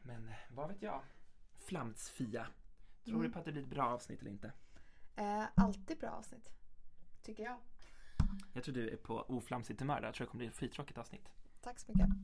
Men vad vet jag? Flamsfia. Tror du på att det blir ett bra avsnitt eller inte? Alltid bra avsnitt, tycker jag. Jag tror du är på oflamsigt humör där. Jag tror det kommer bli ett skittråkigt avsnitt. Tack så mycket.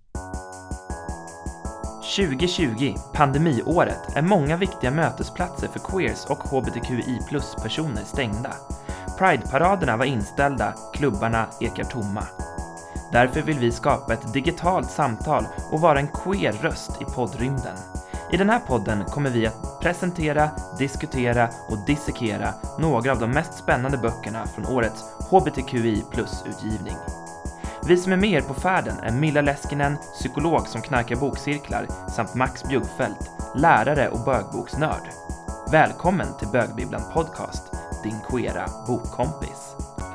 2020, pandemiåret, är många viktiga mötesplatser för queers och hbtqi+-personer stängda. Pride-paraderna var inställda, klubbarna ekar tomma. Därför vill vi skapa ett digitalt samtal och vara en queer röst i poddrymden. I den här podden kommer vi att presentera, diskutera och dissekera några av de mest spännande böckerna från årets hbtqi+-utgivning. Vi som är med er på färden är Milla Leskinen, psykolog som knarkar bokcirklar, samt Max Bjuggfeldt, lärare och bögboksnörd. Välkommen till Bögbibblan podcast, din queera bokkompis.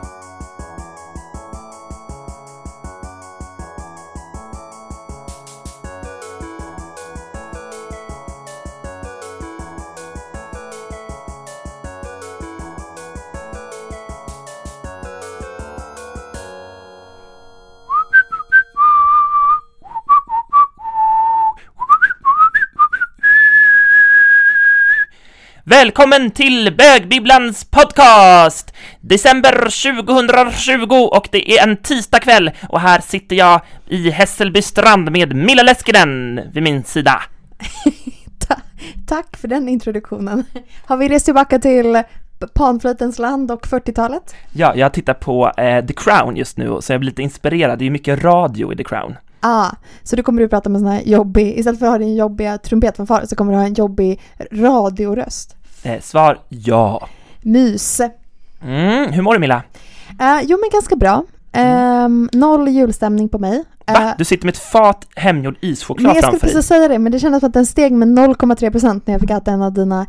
Välkommen till Bögbibblans podcast! December 2020 och det är en tisdagkväll och här sitter jag i Hässelby strand med Milla Leskinen vid min sida. Tack för den introduktionen. Har vi rest tillbaka till Panflöjtens land och 40-talet? Ja, jag tittar på The Crown just nu så jag blir lite inspirerad. Det är ju mycket radio i The Crown. Så du kommer att prata med sån här jobbig, istället för att ha din jobbiga trumpetfanfar så kommer du ha en jobbig radioröst. Svar ja. Mys. Hur mår du, Milla? Jo, men ganska bra. Noll julstämning på mig. Va? Du sitter med ett fat hemgjord ischoklad framför dig. Jag ska precis säga det, men det kändes som att den steg med 0,3% när jag fick äta en av dina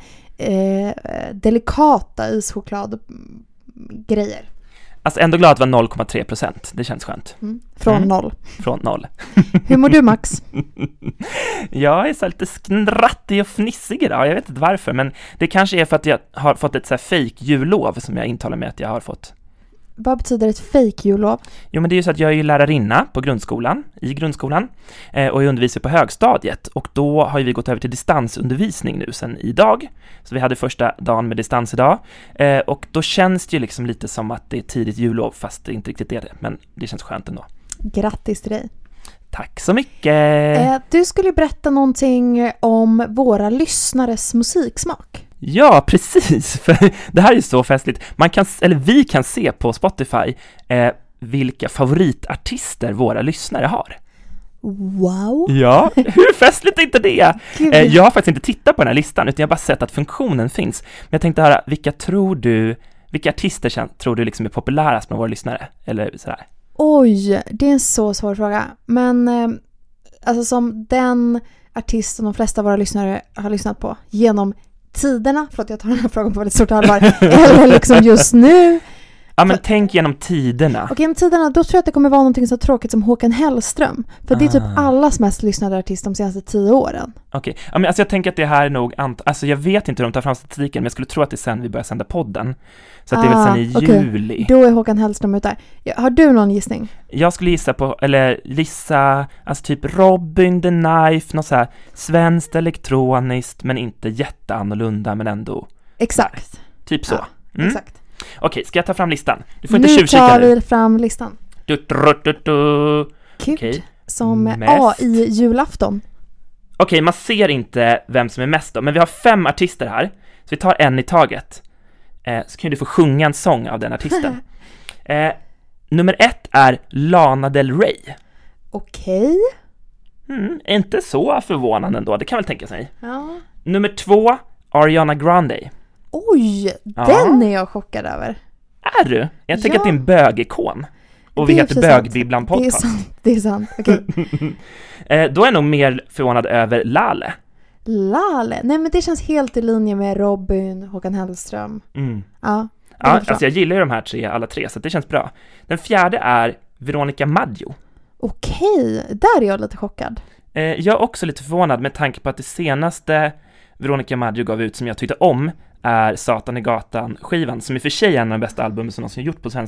delikata ischokladgrejer. Alltså ändå glad att det var 0,3%. Det känns skönt. Från noll. Från noll. Hur mår du, Max? Jag är så lite skrattig och fnissig idag. Jag vet inte varför, men det kanske är för att jag har fått ett så här fake jullov som jag intalar mig att jag har fått. Vad betyder ett fake jullov? Jo, men det är ju så att jag är ju lärarinna på grundskolan, och jag undervisar på högstadiet. Och då har ju vi gått över till distansundervisning nu sen idag. Så vi hade första dagen med distans idag. Och då känns det ju liksom lite som att det är tidigt jullov, fast det inte riktigt är det. Men det känns skönt ändå. Grattis till dig. Tack så mycket. Du skulle berätta någonting om våra lyssnares musiksmak. Ja, precis. För det här är ju så festligt. Vi kan se på Spotify vilka favoritartister våra lyssnare har. Wow. Ja, hur festligt är inte det? Jag har faktiskt inte tittat på den här listan utan jag har bara sett att funktionen finns. Men jag tänkte höra, vilka artister tror du liksom är populärast med våra lyssnare? Eller sådär? Oj, det är en så svår fråga. Men alltså som den artisten de flesta av våra lyssnare har lyssnat på genom tiderna, för att jag tar den här frågan på väldigt stort allvar, eller liksom just nu. Ja, men tänk genom tiderna. Okej, genom tiderna, då tror jag att det kommer vara någonting så tråkigt som Håkan Hellström. För det är typ allas mest lyssnade artist de senaste 10 åren. Okej, ja, men alltså jag tänker att det här är nog alltså jag vet inte hur de tar fram statistiken, men jag skulle tro att det är sen vi börjar sända podden. Så att det är väl sen i juli. Då är Håkan Hellström ute där. Har du någon gissning? Jag skulle gissa alltså typ Robin the Knife, något så här svenskt elektroniskt, men inte jätteannorlunda, men ändå. Exakt. Nej, typ så. Ja, exakt. Okej, ska jag ta fram listan? Du får inte tjuvkika nu. tar vi fram listan. Okej. Som AI-julafton. Okej, man ser inte vem som är mest då, men vi har 5 artister här. Så vi tar en i taget. Så kan du få sjunga en sång av den artisten. Nummer 1 är Lana Del Rey. Okej. Inte så förvånande ändå, det kan väl tänka sig. Ja. Nummer 2, Ariana Grande. Oj, den är jag chockad över. Är du? Jag tänker att det är en bögikon. Och vi heter Bögbibblan podcast. Det är sant. Okej. Då är jag nog mer förvånad över Lale. Lale? Nej, men det känns helt i linje med Robin, Håkan Hellström. Ja, alltså jag gillar ju de här alla tre, så det känns bra. Den 4:e är Veronica Maggio. Okej, där är jag lite chockad. Jag är också lite förvånad med tanke på att det senaste Veronica Maggio gav ut som jag tyckte om är Satan i gatan-skivan, som i och för sig är en av de bästa albumen som någonsin gjort på svenska.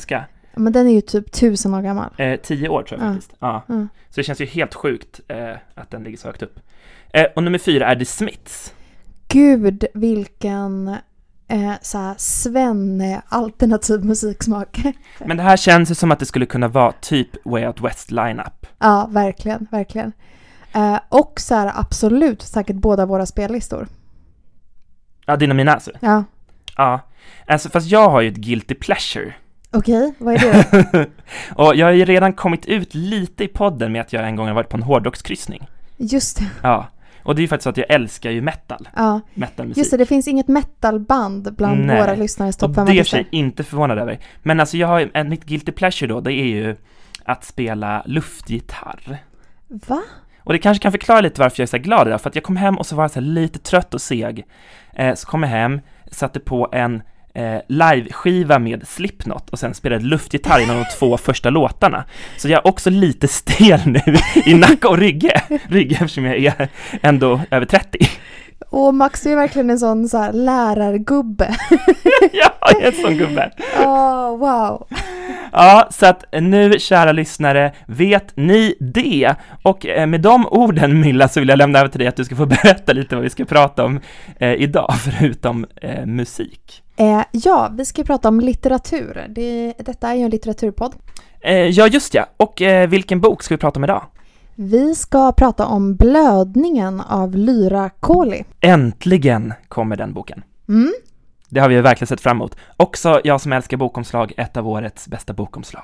Men den är ju typ 1000 år gammal. 10 år tror jag faktiskt. Ja. Mm. Så det känns ju helt sjukt att den ligger så högt upp. Och nummer 4 är The Smiths. Gud, vilken såhär svenne-alternativ musiksmak. Men det här känns som att det skulle kunna vara typ Way Out West lineup. Ja, verkligen, verkligen. Och så här absolut säkert båda våra spellistor. Ja, dina och mina alltså. Ja. Ja, alltså fast jag har ju ett guilty pleasure. Okej, vad är det? Och jag har ju redan kommit ut lite i podden med att jag en gång har varit på en hårdrockskryssning. Just det. Ja, och det är ju faktiskt så att jag älskar ju metal. Ja, metalmusik. Just det finns inget metalband bland våra lyssnares topp 5. Och det är jag inte förvånad över. Men alltså jag har mitt guilty pleasure då, det är ju att spela luftgitarr. Va? Och det kanske kan förklara lite varför jag är så glad idag. För att jag kom hem och så var jag så lite trött och seg. Så kom jag hem, satte på en live-skiva med Slipknot och sen spelade luftgitarr inom de 2 första låtarna. Så jag är också lite stel nu i nacka och rygg eftersom jag är ändå över 30. Och Max är verkligen en sån så här lärargubbe. Ja, jag är en sån gubbe. Wow. Ja, så att nu, kära lyssnare, vet ni det? Och med de orden, Milla, så vill jag lämna över till dig att du ska få berätta lite vad vi ska prata om idag, förutom musik. Ja, vi ska prata om litteratur. Detta är ju en litteraturpodd. Ja, just ja. Och vilken bok ska vi prata om idag? Vi ska prata om Blödningen av Lyra Kohli. Äntligen kommer den boken. Mm. Det har vi verkligen sett fram emot. Också jag som älskar bokomslag, ett av årets bästa bokomslag.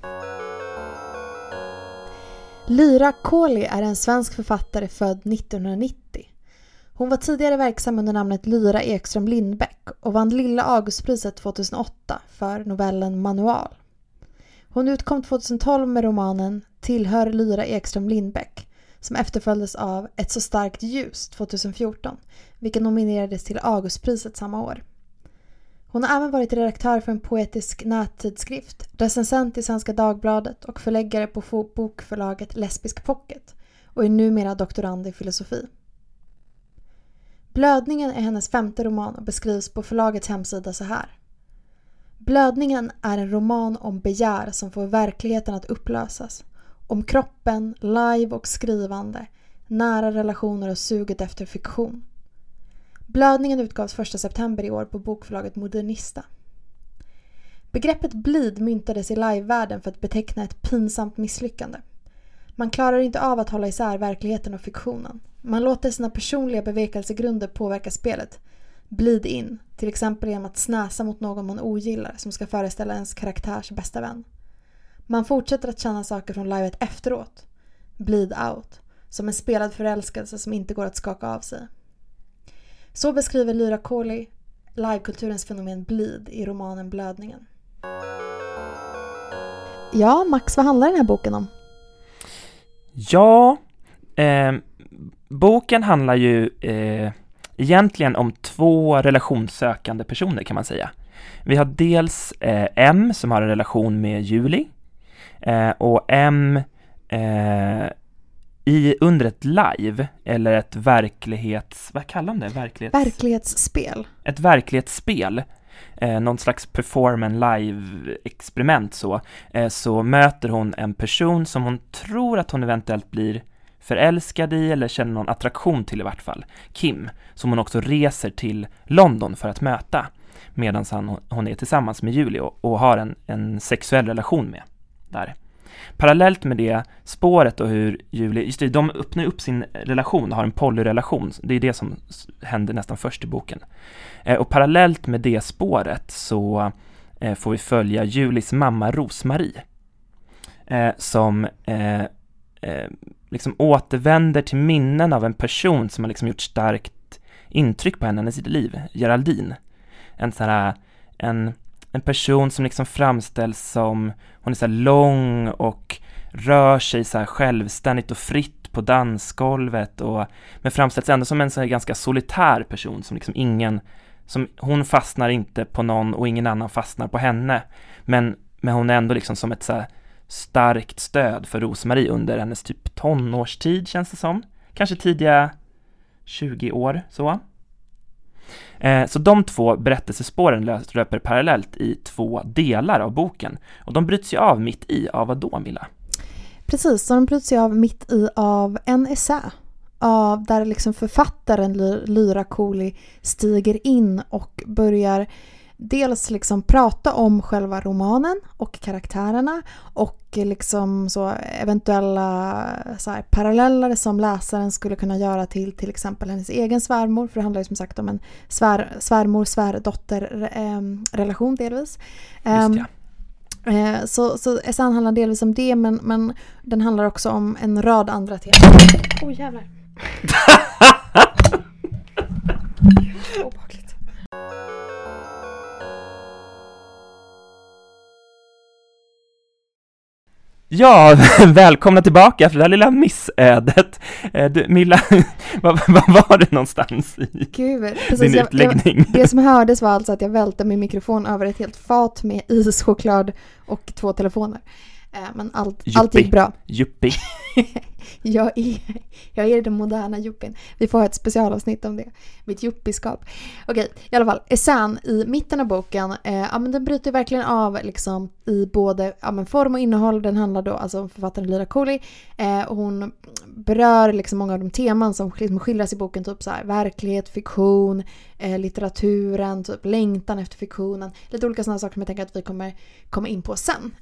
Lyra Kohli är en svensk författare född 1990. Hon var tidigare verksam under namnet Lyra Ekström Lindbäck och vann Lilla Augustpriset 2008 för novellen Manual. Hon utkom 2012 med romanen Tillhör Lyra Ekström Lindbäck, som efterföljdes av Ett så starkt ljus 2014, vilken nominerades till Augustpriset samma år. Hon har även varit redaktör för en poetisk nättidskrift, recensent i Svenska Dagbladet och förläggare på bokförlaget Lesbisk Pocket och är numera doktorand i filosofi. Blödningen är hennes 5:e roman och beskrivs på förlagets hemsida så här. Blödningen är en roman om begär som får verkligheten att upplösas. Om kroppen, live och skrivande, nära relationer och suget efter fiktion. Blödningen utgavs 1 september i år på bokförlaget Modernista. Begreppet blid myntades i livevärlden för att beteckna ett pinsamt misslyckande. Man klarar inte av att hålla isär verkligheten och fiktionen. Man låter sina personliga bevekelsegrunder påverka spelet. Blid in, till exempel genom att snäsa mot någon man ogillar som ska föreställa ens karaktärs bästa vän. Man fortsätter att känna saker från livet efteråt. Bleed out, som en spelad förälskelse som inte går att skaka av sig. Så beskriver Lyra Kohli livekulturens fenomen bleed i romanen Blödningen. Ja, Max, vad handlar den här boken om? Ja, boken handlar ju egentligen om 2 relationssökande personer kan man säga. Vi har dels M som har en relation med Julie och M under ett live eller ett vad kallar de det? Verklighetsspel. Ett verklighetsspel. Någon slags live-experiment så möter hon en person som hon tror att hon eventuellt blir förälskad i eller känner någon attraktion till i vart fall. Kim, som hon också reser till London för att möta medan hon är tillsammans med Julie och har en sexuell relation med där. Parallellt med det spåret och hur Julie, just det, de öppnar upp sin relation och har en polyrelation. Det är det som händer nästan först i boken. Och parallellt med det spåret så får vi följa Julies mamma Rosmarie som liksom återvänder till minnen av en person som har liksom gjort starkt intryck på henne i sitt liv, Geraldine. En person som liksom framställs som hon är så här lång och rör sig så här självständigt och fritt på dansgolvet men framställs ändå som en så här ganska solitär person som liksom hon fastnar inte på någon och ingen annan fastnar på henne, men hon är ändå liksom som ett så här starkt stöd för Rosmarie under hennes typ tonårstid, känns det som. Kanske tidiga 20 år så. Så de två berättelsespåren löper parallellt i 2 delar av boken. Och de bryts ju av mitt i av vad då, Milla? Precis, så de bryts ju av mitt i av en essä. Där liksom författaren Lyra Cooley stiger in och börjar dels liksom prata om själva romanen och karaktärerna och liksom så eventuella så här paralleller som läsaren skulle kunna göra till exempel hennes egen svärmor, för det handlar ju som sagt om en svärmor-svärdotter relation delvis. Just det. Så essan handlar delvis om det, men den handlar också om en rad andra teman. Jävlar. Obehagligt. Ja, välkomna tillbaka för det här lilla missödet. Milla, var var du någonstans i Gud, din utläggning? Det som hördes var alltså att jag välte min mikrofon över ett helt fat med ischoklad och 2 telefoner. Men allt gick bra. Juppi. Jag är den moderna juppin. Vi får ha ett specialavsnitt om det. Mitt juppiskap. Okej, i alla fall. Essan i mitten av boken, men den bryter verkligen av liksom i både form och innehåll. Den handlar då alltså om författaren Lyra Cooley. Och hon berör liksom många av de teman som liksom skildras i boken. Typ så här, verklighet, fiktion, litteraturen, typ längtan efter fiktionen. Lite olika sådana saker som jag tänker att vi kommer komma in på sen.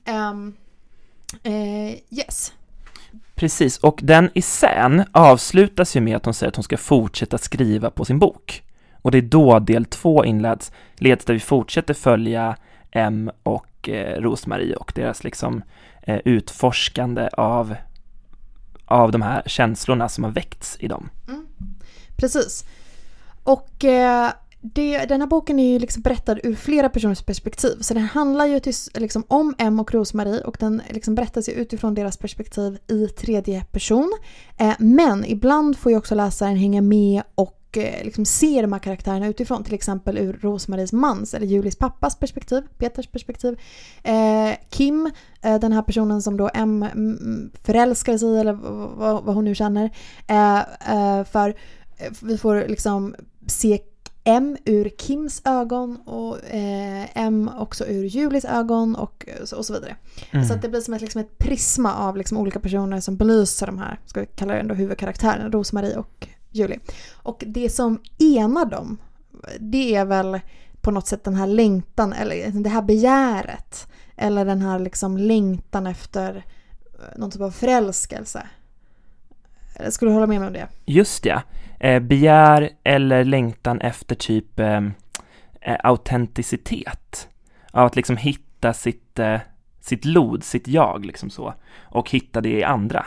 Yes. Precis, och den essän avslutas ju med att hon säger att hon ska fortsätta skriva på sin bok. Och det är då del 2 inleds där vi fortsätter följa M och Rosmarie och deras liksom utforskande av de här känslorna som har väckts i dem. Precis. Och den här boken är ju liksom berättad ur flera personers perspektiv. Så den handlar ju liksom om M och Rosmarie och den liksom berättas ju utifrån deras perspektiv i 3:e person. Men ibland får ju också läsaren hänga med och liksom se de här karaktärerna utifrån. Till exempel ur Rosmaries mans eller Julies pappas perspektiv, Peters perspektiv. Kim, den här personen som då M förälskar sig i eller vad hon nu känner. För vi får liksom se M ur Kims ögon och M också ur Julies ögon och så vidare. Så att det blir som ett prisma av liksom olika personer som belyser de här, ska vi kalla det ändå, huvudkaraktärerna, Rosmarie och Julie. Och det som enar dem, det är väl på något sätt den här längtan eller det här begäret eller den här liksom längtan efter någon typ av förälskelse. Skulle du hålla med mig om det? Just det. Begär eller längtan efter typ autenticitet. Av att liksom hitta sitt lod, sitt jag liksom så. Och hitta det i andra.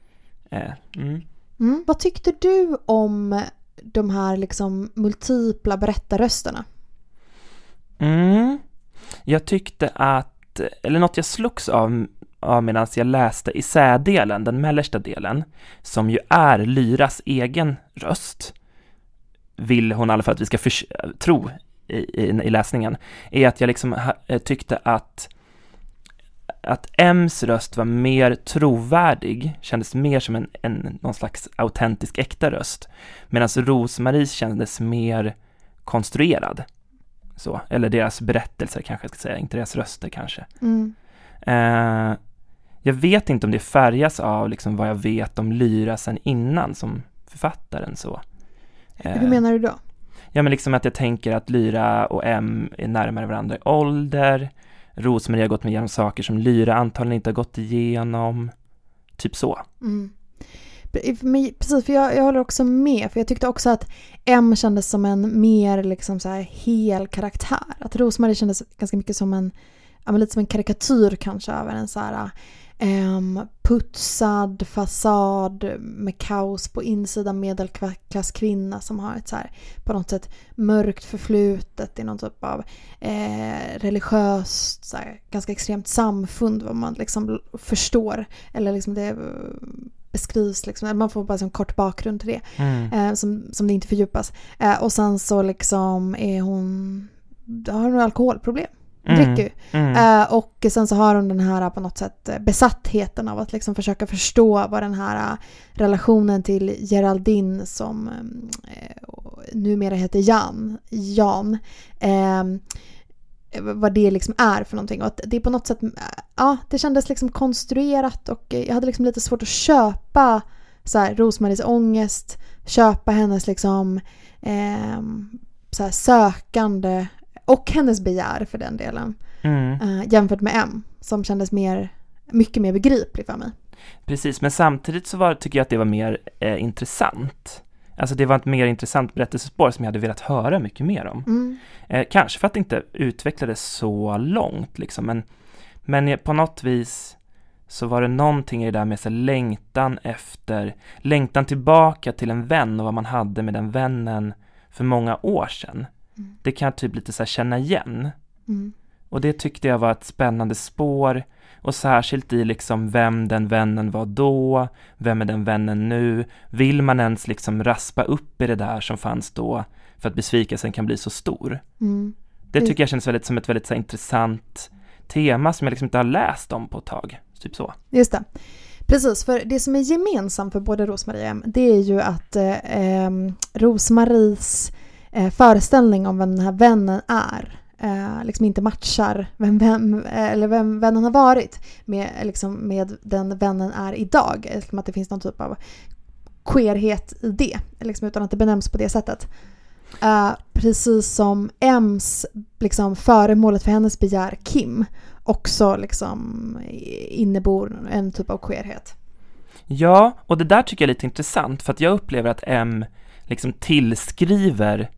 Vad tyckte du om de här liksom multipla berättarrösterna? Jag tyckte att, eller något jag slogs av medan jag läste isär-delen, den mellersta delen, som ju är Lyras egen röst, vill hon i alla fall att vi ska tro i läsningen, är att jag liksom tyckte att M's röst var mer trovärdig, kändes mer som någon slags autentisk äkta röst, medan Rosmaries kändes mer konstruerad. Så, eller deras berättelser kanske jag ska säga, inte deras röster kanske. Jag vet inte om det färgas av liksom vad jag vet om Lyra sen innan som författaren så. Hur menar du då? Ja, men liksom att jag tänker att Lyra och M är närmare varandra i ålder. Rosmarie har gått med igenom saker som Lyra antagligen inte har gått igenom. Typ så. Precis, för jag håller också med. För jag tyckte också att M kändes som en mer liksom så här hel karaktär. Att Rosmarie kändes ganska mycket som lite som en karikatyr kanske över en så här putsad fasad med kaos på insidan, medelklasskvinna som har ett så här på något sätt mörkt förflutet i någon typ av religiöst så här, ganska extremt samfund, vad man liksom förstår, eller liksom det beskrivs liksom, man får bara en kort bakgrund till det som det inte fördjupas, och sen så liksom har hon alkoholproblem. Dricker. Och sen så har hon den här på något sätt besattheten av att liksom försöka förstå vad den här relationen till Geraldine som numera heter Jan, vad det liksom är för någonting, och att det på något sätt, det kändes liksom konstruerat, och jag hade liksom lite svårt att köpa så här Rosmaries ångest, köpa hennes liksom så här sökande och hennes begär för den delen, jämfört med M som kändes mycket mer begriplig för mig. Precis, men samtidigt så tycker jag att det var mer intressant. Alltså det var ett mer intressant berättelsespår som jag hade velat höra mycket mer om. Kanske för att det inte utvecklades så långt liksom, men på något vis så var det någonting i det där med så längtan tillbaka till en vän och vad man hade med den vännen för många år sedan. Det kan jag typ lite så här känna igen. Och det tyckte jag var ett spännande spår, och särskilt i liksom vem den vännen var då, vem är den vännen nu, vill man ens liksom raspa upp i det där som fanns då för att besvikelsen kan bli så stor. Det tycker jag känns som ett väldigt så intressant tema som jag liksom inte har läst om på ett tag, typ så. Just det. Precis, för det som är gemensamt för både Rosmarie och M, det är ju att Rosmaries föreställning om vem den här vännen är liksom inte matchar vem vännen har varit med den vännen är idag. Liksom att det finns någon typ av queerhet i det, liksom, utan att det benämns på det sättet. Precis som M's liksom, föremålet för hennes begär, Kim, också liksom innebor en typ av queerhet. Ja, och det där tycker jag är lite intressant, för att jag upplever att M liksom tillskriver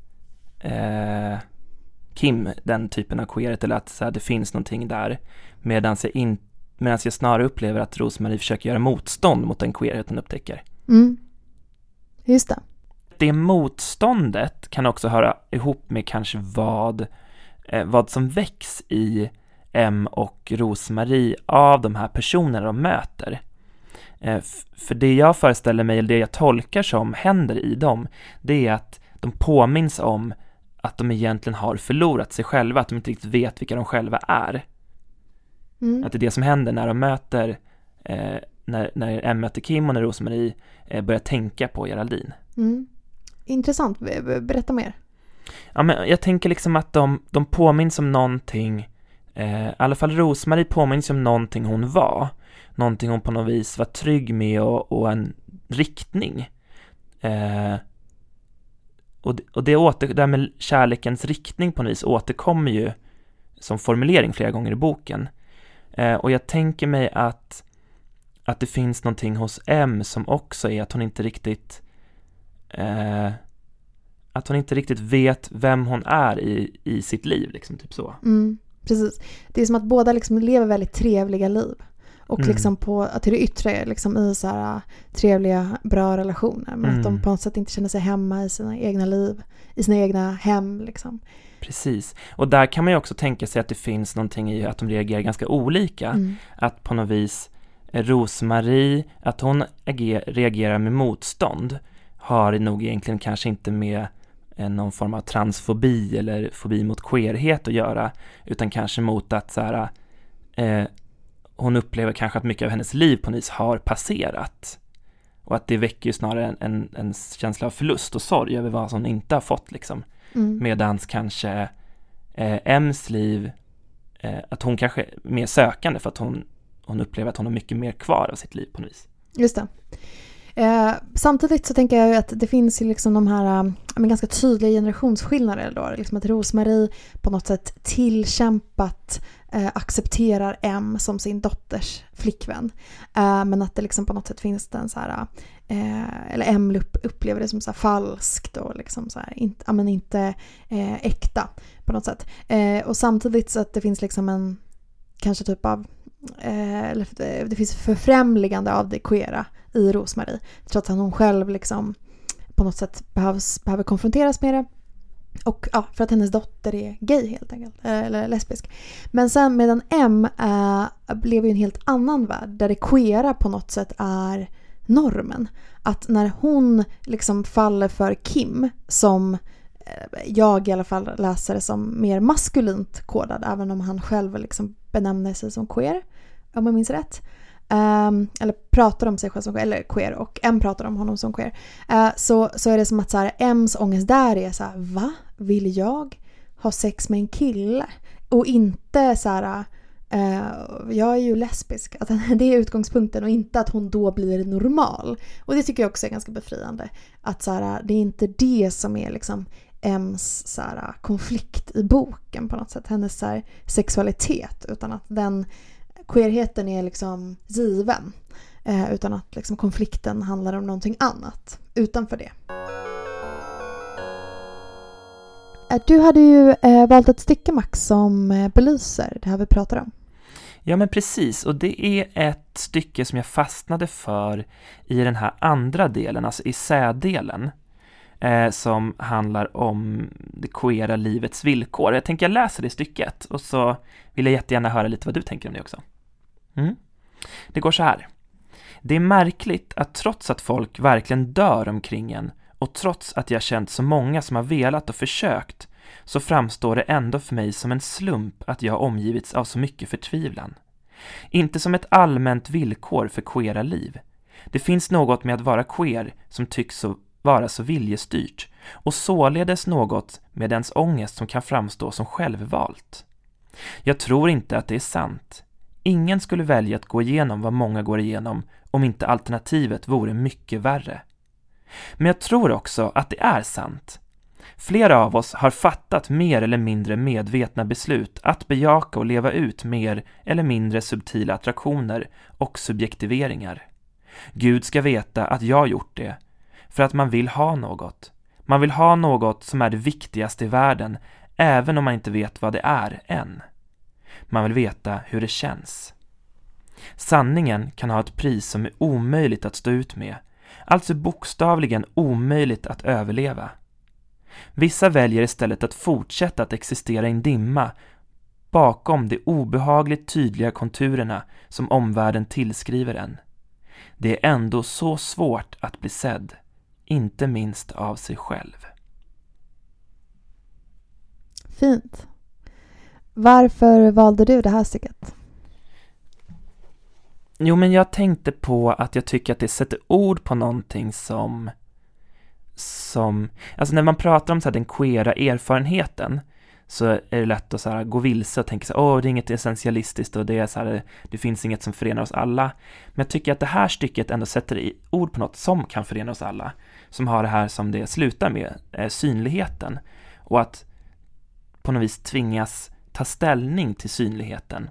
Kim den typen av queerhet, eller att så här, det finns någonting där, medan jag snarare upplever att Rosmarie försöker göra motstånd mot den queerheten upptäcker. Just det. Det motståndet kan också höra ihop med kanske vad som väcks i M och Rosmarie av de här personerna de möter. För det jag föreställer mig, eller det jag tolkar som händer i dem, det är att de påminns om att de egentligen har förlorat sig själva, att de inte riktigt vet vilka de själva är. Att det är det som händer när de möter när M möter Kim och när Rosmarie börjar tänka på Geraldine. Intressant, berätta mer. Ja, men jag tänker liksom att de påminns om någonting, i alla fall Rosmarie påminns om någonting hon var, någonting hon på något vis var trygg med, och en riktning. Och det där med kärlekens riktning på något vis återkommer ju som formulering flera gånger i boken. Och jag tänker mig att det finns någonting hos M som också är att hon inte riktigt vet vem hon är i sitt liv, liksom, typ så. Precis. Det är som att båda liksom lever väldigt trevliga liv. Och liksom till det yttre liksom i så här trevliga, bra relationer. Men att de på något sätt inte känner sig hemma i sina egna liv, i sina egna hem liksom. Precis. Och där kan man ju också tänka sig att det finns någonting i att de reagerar ganska olika. Att på något vis Rosmarie, att hon reagerar med motstånd, har nog egentligen kanske inte med någon form av transfobi eller fobi mot queerhet att göra, utan kanske mot att så här, hon upplever kanske att mycket av hennes liv på något vis har passerat, och att det väcker ju snarare en känsla av förlust och sorg över vad hon inte har fått liksom. Medans kanske M's liv, att hon kanske är mer sökande för att hon upplever att hon har mycket mer kvar av sitt liv på något vis. Just det. Samtidigt så tänker jag ju att det finns ju liksom de här ganska tydliga generationsskillnader då, liksom att Rosmarie på något sätt tillkämpat accepterar M som sin dotters flickvän, men att det liksom på något sätt finns den så här, eller M upplever det som så här falskt och liksom så här, inte äkta på något sätt, och samtidigt så att det finns liksom en kanske typ av det finns förfrämligande av det queera i Rosmarie, trots att hon själv liksom på något sätt behöver konfronteras med det, och för att hennes dotter är gay helt enkelt, eller lesbisk. Men sen medan M blev ju en helt annan värld där det queera på något sätt är normen, att när hon liksom faller för Kim, som jag i alla fall läser det som mer maskulint kodad, även om han själv liksom benämner sig som queer, om jag minns rätt, eller pratar om sig själv som eller queer och M pratar om honom som queer, så är det som att så här, M's ångest där är så här, va? Vill jag ha sex med en kille? Och inte så här, jag är ju lesbisk. Att det är utgångspunkten och inte att hon då blir normal. Och det tycker jag också är ganska befriande. Att så här, det är inte det som är liksom M's så här, konflikt i boken på något sätt. Hennes så här, sexualitet. Utan att den queerheten är liksom given. Utan att liksom, konflikten handlar om någonting annat utanför det. Du hade ju valt ett stycke, Max, som belyser det här vi pratar om. Ja, men precis. Och det är ett stycke som jag fastnade för i den här andra delen, alltså essädelen, som handlar om det queera livets villkor. Jag tänker jag läser det stycket och så vill jag jättegärna höra lite vad du tänker om det också. Det går så här. Det är märkligt att trots att folk verkligen dör omkring en och trots att jag känt så många som har velat och försökt, så framstår det ändå för mig som en slump att jag har omgivits av så mycket förtvivlan. Inte som ett allmänt villkor för queera liv. Det finns något med att vara queer som tycks vara så viljestyrt och således något med ens ångest som kan framstå som självvalt. Jag tror inte att det är sant. Ingen skulle välja att gå igenom vad många går igenom om inte alternativet vore mycket värre. Men jag tror också att det är sant. Flera av oss har fattat mer eller mindre medvetna beslut att bejaka och leva ut mer eller mindre subtila attraktioner och subjektiveringar. Gud ska veta att jag gjort det, för att man vill ha något. Man vill ha något som är det viktigaste i världen, även om man inte vet vad det är än. Man vill veta hur det känns. Sanningen kan ha ett pris som är omöjligt att stå ut med, alltså bokstavligen omöjligt att överleva. Vissa väljer istället att fortsätta att existera i en dimma bakom de obehagligt tydliga konturerna som omvärlden tillskriver en. Det är ändå så svårt att bli sedd, inte minst av sig själv. Fint. Varför valde du det här stycket? Jo, men jag tänkte på att jag tycker att det sätter ord på någonting som alltså när man pratar om så här, den queera erfarenheten, så är det lätt att så här, gå vilse och tänka så här, det är inget essentialistiskt och det är så här, det finns inget som förenar oss alla. Men jag tycker att det här stycket ändå sätter i ord på något som kan förena oss alla, som har det här som det slutar med, synligheten, och att på något vis tvingas ta ställning till synligheten.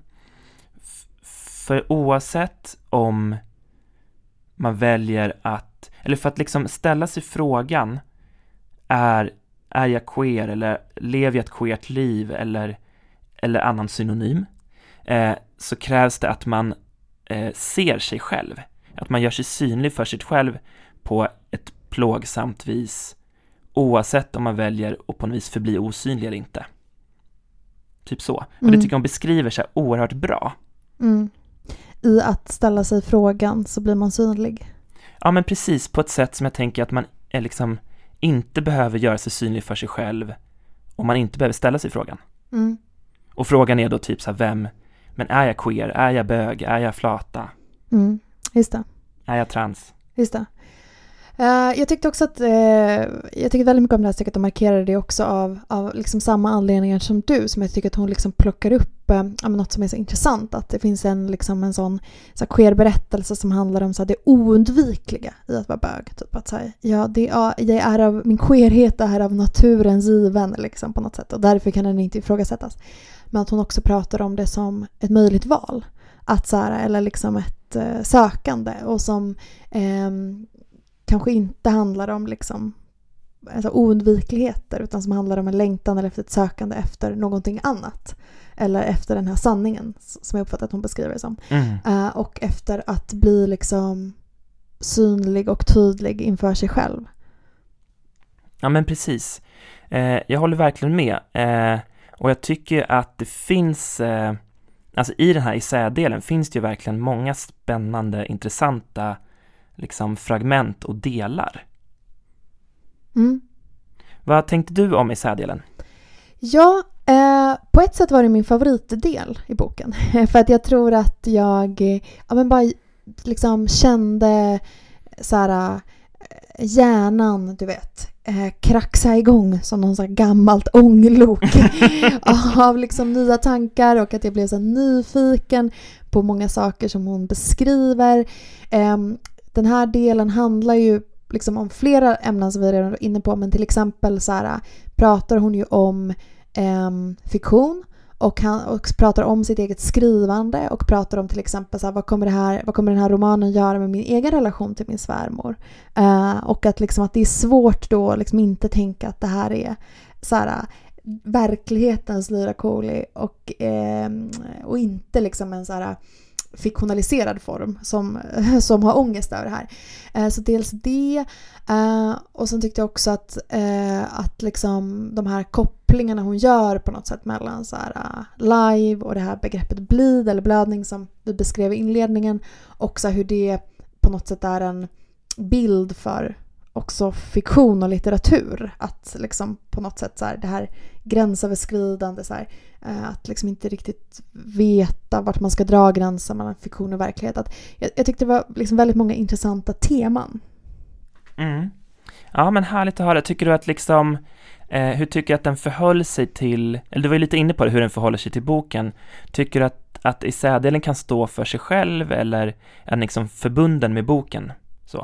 För oavsett om man väljer att, eller för att liksom ställa sig frågan, är jag queer eller lever jag ett queert liv eller annan synonym, så krävs det att man ser sig själv, att man gör sig synlig för sig själv på ett plågsamt vis, oavsett om man väljer att på något vis förbli osynlig eller inte. Typ så. Och det tycker jag beskriver sig oerhört bra. I att ställa sig frågan så blir man synlig. Ja, men precis, på ett sätt som jag tänker att man är liksom inte behöver göra sig synlig för sig själv och man inte behöver ställa sig frågan. Och frågan är då typ så här, men är jag queer? Är jag bög? Är jag flata? Just det. Är jag trans? Just det. Jag tyckte också att jag tycker väldigt mycket om det här stycket och markerar det också av liksom samma anledningar som du, som jag tycker att hon liksom plockar upp något som är så intressant, att det finns en sån så här queer berättelse som handlar om så här, det oundvikliga i att vara bög, typ att säga jag är av min queerhet är av naturens given liksom, på något sätt, och därför kan den inte ifrågasättas, men att hon också pratar om det som ett möjligt val, att så här, eller liksom ett sökande, och som kanske inte handlar om liksom, alltså oundvikligheter, utan som handlar om en längtan eller efter ett sökande efter någonting annat, eller efter den här sanningen som jag uppfattar att hon beskriver det som, och efter att bli liksom synlig och tydlig inför sig själv. Ja, men precis. Jag håller verkligen med, och jag tycker att det finns alltså i den här essädelen finns det ju verkligen många spännande, intressanta liksom fragment och delar. Vad tänkte du om essädelen? Ja, på ett sätt var det min favoritdel i boken. För att jag tror att jag bara liksom kände så här, hjärnan, du vet, kraxa igång som någon sån här gammalt ånglok av liksom nya tankar, och att jag blev så nyfiken på många saker som hon beskriver. Den här delen handlar ju liksom om flera ämnen som vi redan var inne på, men till exempel så här, pratar hon ju om fiktion och pratar om sitt eget skrivande, och pratar om till exempel så här, vad kommer den här romanen göra med min egen relation till min svärmor, och att liksom att det är svårt då liksom inte tänka att det här är så här verklighetens Lyra Coley och inte liksom en så här fiktionaliserad form som har ångest över det här. Så dels det, och sen tyckte jag också att liksom de här kopplingarna hon gör på något sätt mellan så här live och det här begreppet bleed eller blödning som vi beskrev i inledningen, och så hur det på något sätt är en bild för också fiktion och litteratur, att liksom på något sätt så här, det här gränsöverskridande så här, att liksom inte riktigt veta vart man ska dra gränsen mellan fiktion och verklighet. Att jag tyckte det var liksom väldigt många intressanta teman. Ja, men härligt att höra. Tycker du att liksom hur tycker du att den förhöll sig till, eller du var ju lite inne på det, hur den förhåller sig till boken. Tycker du att essädelen kan stå för sig själv, eller är den liksom förbunden med boken? Så.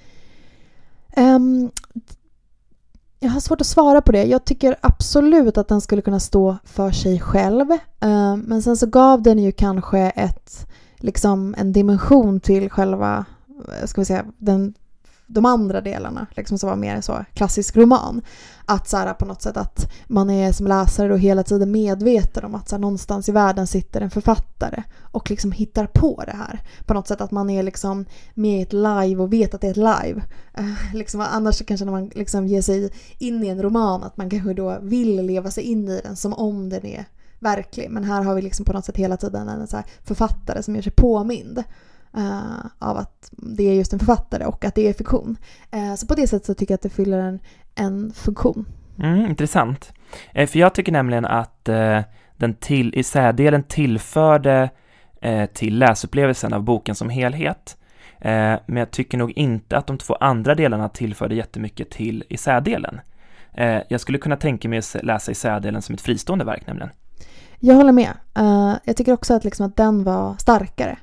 Jag har svårt att svara på det. Jag tycker absolut att den skulle kunna stå för sig själv. Men sen så gav den ju kanske liksom en dimension till själva, ska vi säga, de andra delarna, liksom, som var mer så klassisk roman. Att så här, på något sätt att man är som läsare då hela tiden medveten om att så här, någonstans i världen sitter en författare och liksom hittar på det här. På något sätt att man är liksom med i ett live och vet att det är ett live. Liksom, annars kanske när man liksom ger sig in i en roman att man kanske då vill leva sig in i den som om den är verklig. Men här har vi liksom på något sätt hela tiden en så här författare som gör sig påmind av att det är just en författare och att det är fiktion. Så på det sättet så tycker jag att det fyller en funktion. Intressant. För jag tycker nämligen att essädelen tillförde till läsupplevelsen av boken som helhet. Men jag tycker nog inte att de två andra delarna tillförde jättemycket till essädelen. Jag skulle kunna tänka mig att läsa essädelen som ett fristående verk nämligen. Jag håller med. Jag tycker också att, liksom, att den var starkare.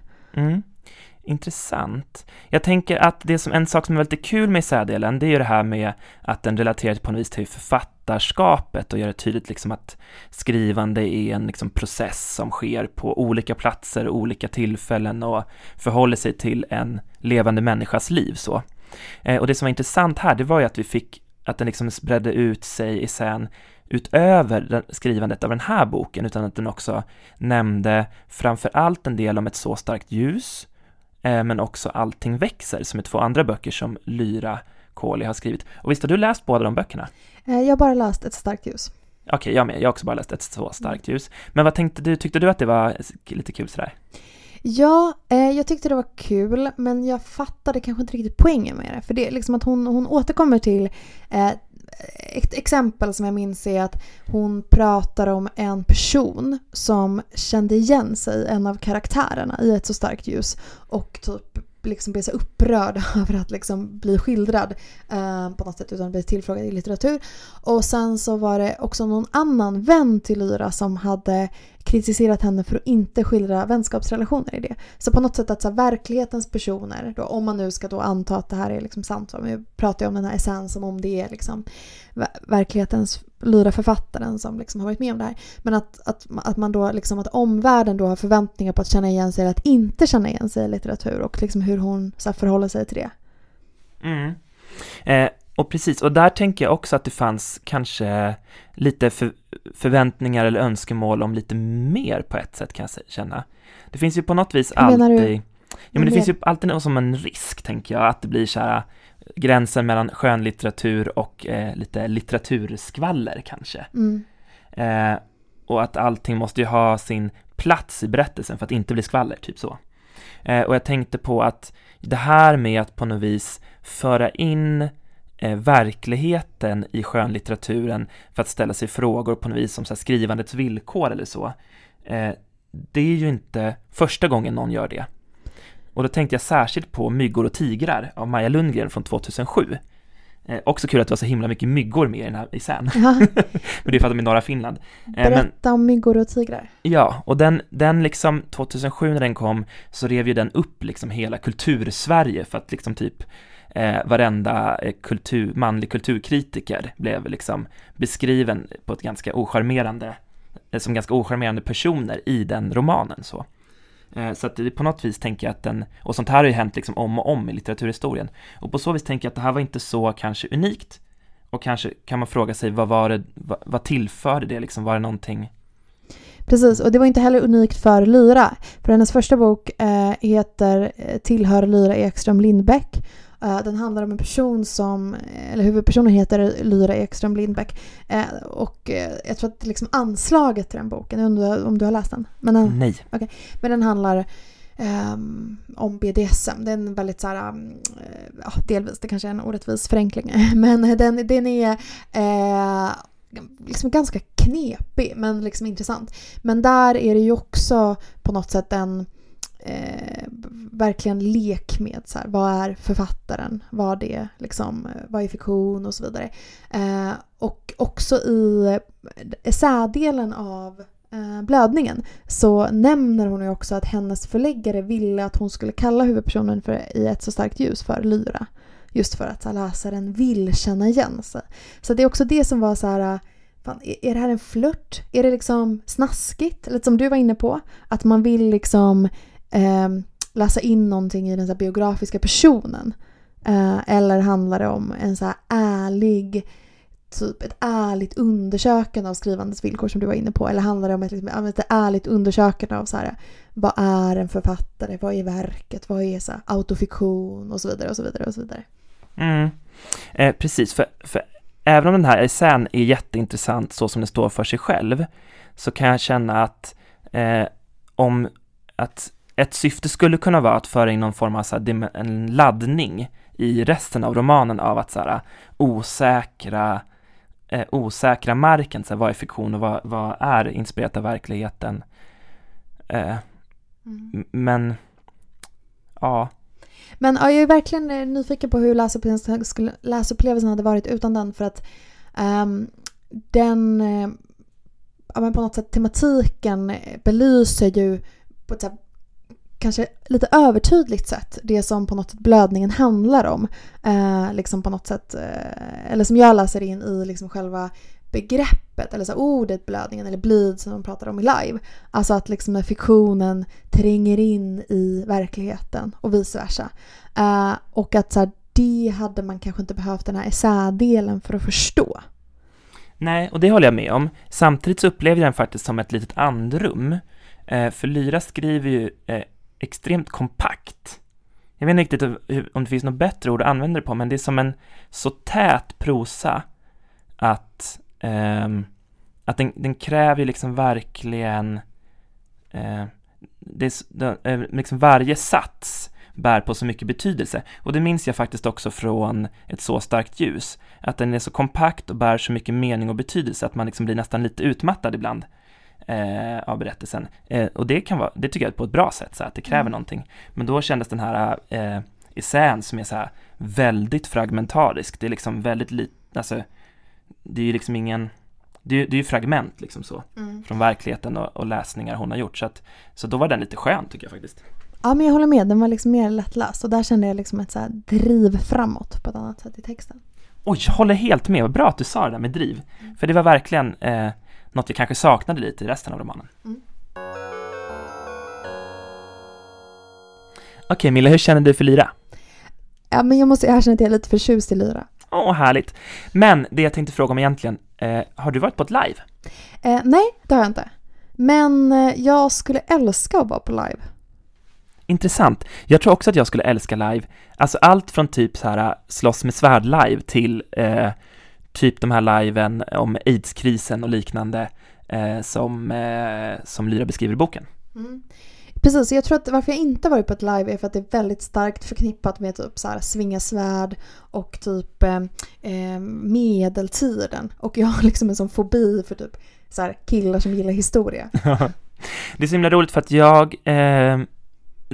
Intressant. Jag tänker att en sak som är väldigt kul med essädelen, det är ju det här med att den relaterar på något vis till författarskapet och gör det tydligt liksom att skrivande är en liksom process som sker på olika platser, olika tillfällen och förhåller sig till en levande människas liv. Så. Och det som var intressant här, det var ju att den liksom spredde ut sig i sen utöver skrivandet av den här boken, utan att den också nämnde framförallt en del om ett så starkt ljus, men också Allting växer, som är 2 andra böcker som Lyra Coley har skrivit. Och visst har du läst båda de böckerna? Jag har bara läst Ett starkt ljus. Okej, jag med. Jag har också bara läst Ett så starkt ljus. Men vad tänkte du? Tyckte du att det var lite kul sådär? Ja, jag tyckte det var kul, men jag fattade kanske inte riktigt poängen med det. För det är liksom att hon återkommer till ett exempel som jag minns är att hon pratar om en person som kände igen sig, en av karaktärerna i Ett så starkt ljus, och typ liksom blev så upprörd över att liksom bli skildrad på något sätt utan att bli tillfrågad i litteratur. Och sen så var det också någon annan vän till Lyra som hade kritiserat henne för att inte skildra vänskapsrelationer i det. Så på något sätt att så här, verklighetens personer, då, om man nu ska då anta att det här är liksom sant, så vi pratar ju om den här essensen om det är liksom verklighetens Lyra-författaren som liksom har varit med om det här. Men att man då liksom, att omvärlden då har förväntningar på att känna igen sig eller att inte känna igen sig i litteratur, och liksom hur hon så här, förhåller sig till det. Och precis, och där tänker jag också att det fanns kanske lite förväntningar eller önskemål om lite mer på ett sätt, kan jag känna. Det finns ju på något vis alltid... Ja, men det finns ju alltid något som en risk, tänker jag, att det blir så här gränsen mellan skönlitteratur och lite litteraturskvaller kanske. Och att allting måste ju ha sin plats i berättelsen för att inte bli skvaller, typ så. Och jag tänkte på att det här med att på något vis föra in verkligheten i skönlitteraturen för att ställa sig frågor på något vis som så här, skrivandets villkor eller så. Det är ju inte första gången någon gör det. Och då tänkte jag särskilt på Myggor och tigrar av Maja Lundgren från 2007. Också kul att det var så himla mycket myggor med i den här isän. Ja. Men det är för att de är i norra Finland. Berätta om Myggor och tigrar. Ja, och den liksom 2007 när den kom så rev ju den upp liksom hela kultursverige för att liksom typ varenda manlig kulturkritiker blev liksom beskriven på ett ganska som ganska ocharmerande personer i den romanen så. Så att det på något vis tänker jag att och sånt här har ju hänt liksom om och om i litteraturhistorien. Och på så vis tänker jag att det här var inte så kanske unikt. Och kanske kan man fråga sig vad tillförde det liksom, var det någonting? Precis, och det var inte heller unikt för Lyra. För hennes första bok heter Tillhör Lyra Ekström Lindbäck. Den handlar om en person huvudpersonen heter Lyra Ekström Lindbäck. Och jag tror att liksom anslaget till den boken, om du har läst den. Nej. Okay. Men den handlar om BDSM. Det är en väldigt så här, delvis, det kanske är en orättvis förenkling. Men den är liksom ganska knepig men liksom intressant. Men där är det ju också på något sätt en verkligen lek med så här, vad är författaren, vad är fiktion och så vidare. Och också i essädelen av blödningen så nämner hon ju också att hennes förläggare ville att hon skulle kalla huvudpersonen i ett så starkt ljus för Lyra. Just för att läsaren vill känna igen sig. Så det är också det som var så här, fan, är det här en flört? Är det liksom snaskigt? Eller som du var inne på, att man vill liksom läsa in någonting i den så här biografiska personen. Eller handlar det om en så här ett ärligt undersökande av skrivandets villkor som du var inne på? Eller handlar det om ett ärligt undersökande av så här, vad är en författare? Vad är verket? Vad är så här, autofiktion? Och så vidare och så vidare och så vidare. Precis, för även om den här essän är jätteintressant så som det står för sig själv så kan jag känna att att ett syfte skulle kunna vara att föra in någon form av så här, en laddning i resten av romanen av att så här, osäkra marken, så här, vad är fiktion och vad är inspirerat av verkligheten. Men ja. Men jag är verkligen nyfiken på hur läsupplevelsen hade varit utan den, för att den på något sätt tematiken belyser ju på ett så här, kanske lite övertydligt sätt det som på något sätt blödningen handlar om. Liksom på något sätt, eller som jag läser in i liksom själva begreppet, eller så ordet blödningen eller bleed som de pratar om i live. Alltså att liksom när fiktionen tränger in i verkligheten och vice versa. Och att så här, det hade man kanske inte behövt den här essädelen för att förstå. Nej, och det håller jag med om. Samtidigt så upplever jag den faktiskt som ett litet andrum. För Lyra skriver ju extremt kompakt. Jag vet inte riktigt om det finns något bättre ord att använda det på, men det är som en så tät prosa att den kräver liksom verkligen liksom varje sats bär på så mycket betydelse. Och det minns jag faktiskt också från Ett så starkt ljus, att den är så kompakt och bär så mycket mening och betydelse att man liksom blir nästan lite utmattad ibland av berättelsen. Och det tycker jag är på ett bra sätt, så att det kräver någonting. Men då kändes den här essän som är så här väldigt fragmentarisk. Det är liksom väldigt alltså det är ju liksom ingen, det är ju fragment liksom så från verkligheten och läsningar hon har gjort, så då var den lite skön tycker jag faktiskt. Ja, men jag håller med, den var liksom mer lättläst och där kände jag liksom ett så här driv framåt på ett annat sätt i texten. Oj, jag håller helt med, vad bra att du sa det där med driv, för det var verkligen något jag kanske saknade lite i resten av romanen. Okej, Milla, hur känner du för Lyra? Ja, men jag måste erkänna att jag är lite förtjust i Lyra. Härligt. Men det jag tänkte fråga om egentligen, har du varit på ett live? Nej, det har jag inte. Men jag skulle älska att vara på live. Intressant. Jag tror också att jag skulle älska live. Alltså allt från typ så här slåss med svärd live till typ de här liven om AIDS-krisen och liknande som Lyra beskriver i boken. Precis, jag tror att varför jag inte varit på ett live är för att det är väldigt starkt förknippat med typ så här svinga svärd och typ medeltiden. Och jag har liksom en sån fobi för typ så här killar som gillar historia. Det är så himla roligt för att jag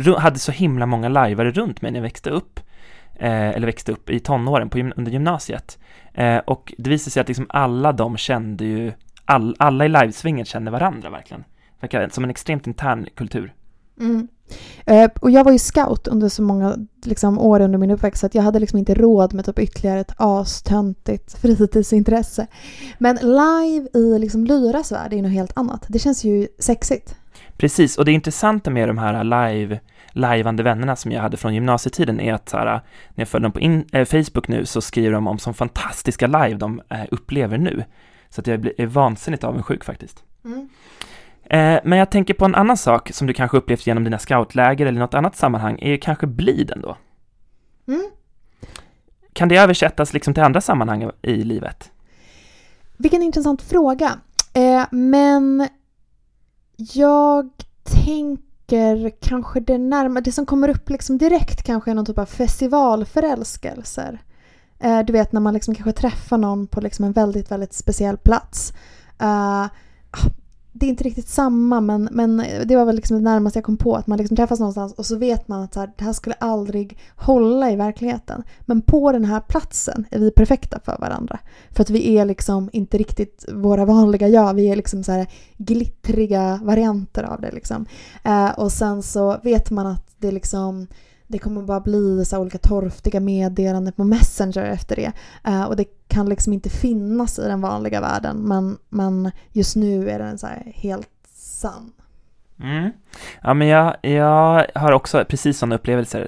hade så himla många lajvare runt mig när jag växte upp i tonåren under gymnasiet. Och det visade sig att liksom alla de kände ju, alla i livesvingen kände varandra verkligen. Som en extremt intern kultur. Mm. Och jag var ju scout under så många liksom, år under min uppväxt, så att jag hade liksom inte råd med typ ytterligare ett astöntigt fritidsintresse. Men live i liksom Lyras värld är något helt annat. Det känns ju sexigt. Precis, och det intressanta med de här liveande vännerna som jag hade från gymnasietiden är att så här, när jag följer dem på Facebook nu så skriver de om som fantastiska live de upplever nu. Så att jag är vansinnigt avundsjuk faktiskt. Mm. Men jag tänker på en annan sak som du kanske upplevt genom dina scoutläger eller något annat sammanhang är kanske bliden då. Mm. Kan det översättas liksom till andra sammanhang i livet? Vilken intressant fråga. Men jag tänker kanske det som kommer upp liksom direkt kanske är någon typ av festivalförälskelser. Du vet när man liksom kanske träffar någon på liksom en väldigt, väldigt speciell plats. Det är inte riktigt samma, men det var väl liksom det närmaste jag kom på, att man liksom träffas någonstans och så vet man att så här, det här skulle aldrig hålla i verkligheten. Men på den här platsen är vi perfekta för varandra. För att vi är liksom inte riktigt våra vanliga jag. Vi är liksom så här glittriga varianter av det liksom. Och sen så vet man att det liksom... Det kommer bara bli så olika torftiga meddelanden på Messenger efter det. Och det kan liksom inte finnas i den vanliga världen. Men just nu är den så här helt sann. Mm. Ja, men jag har också precis sådana upplevelser.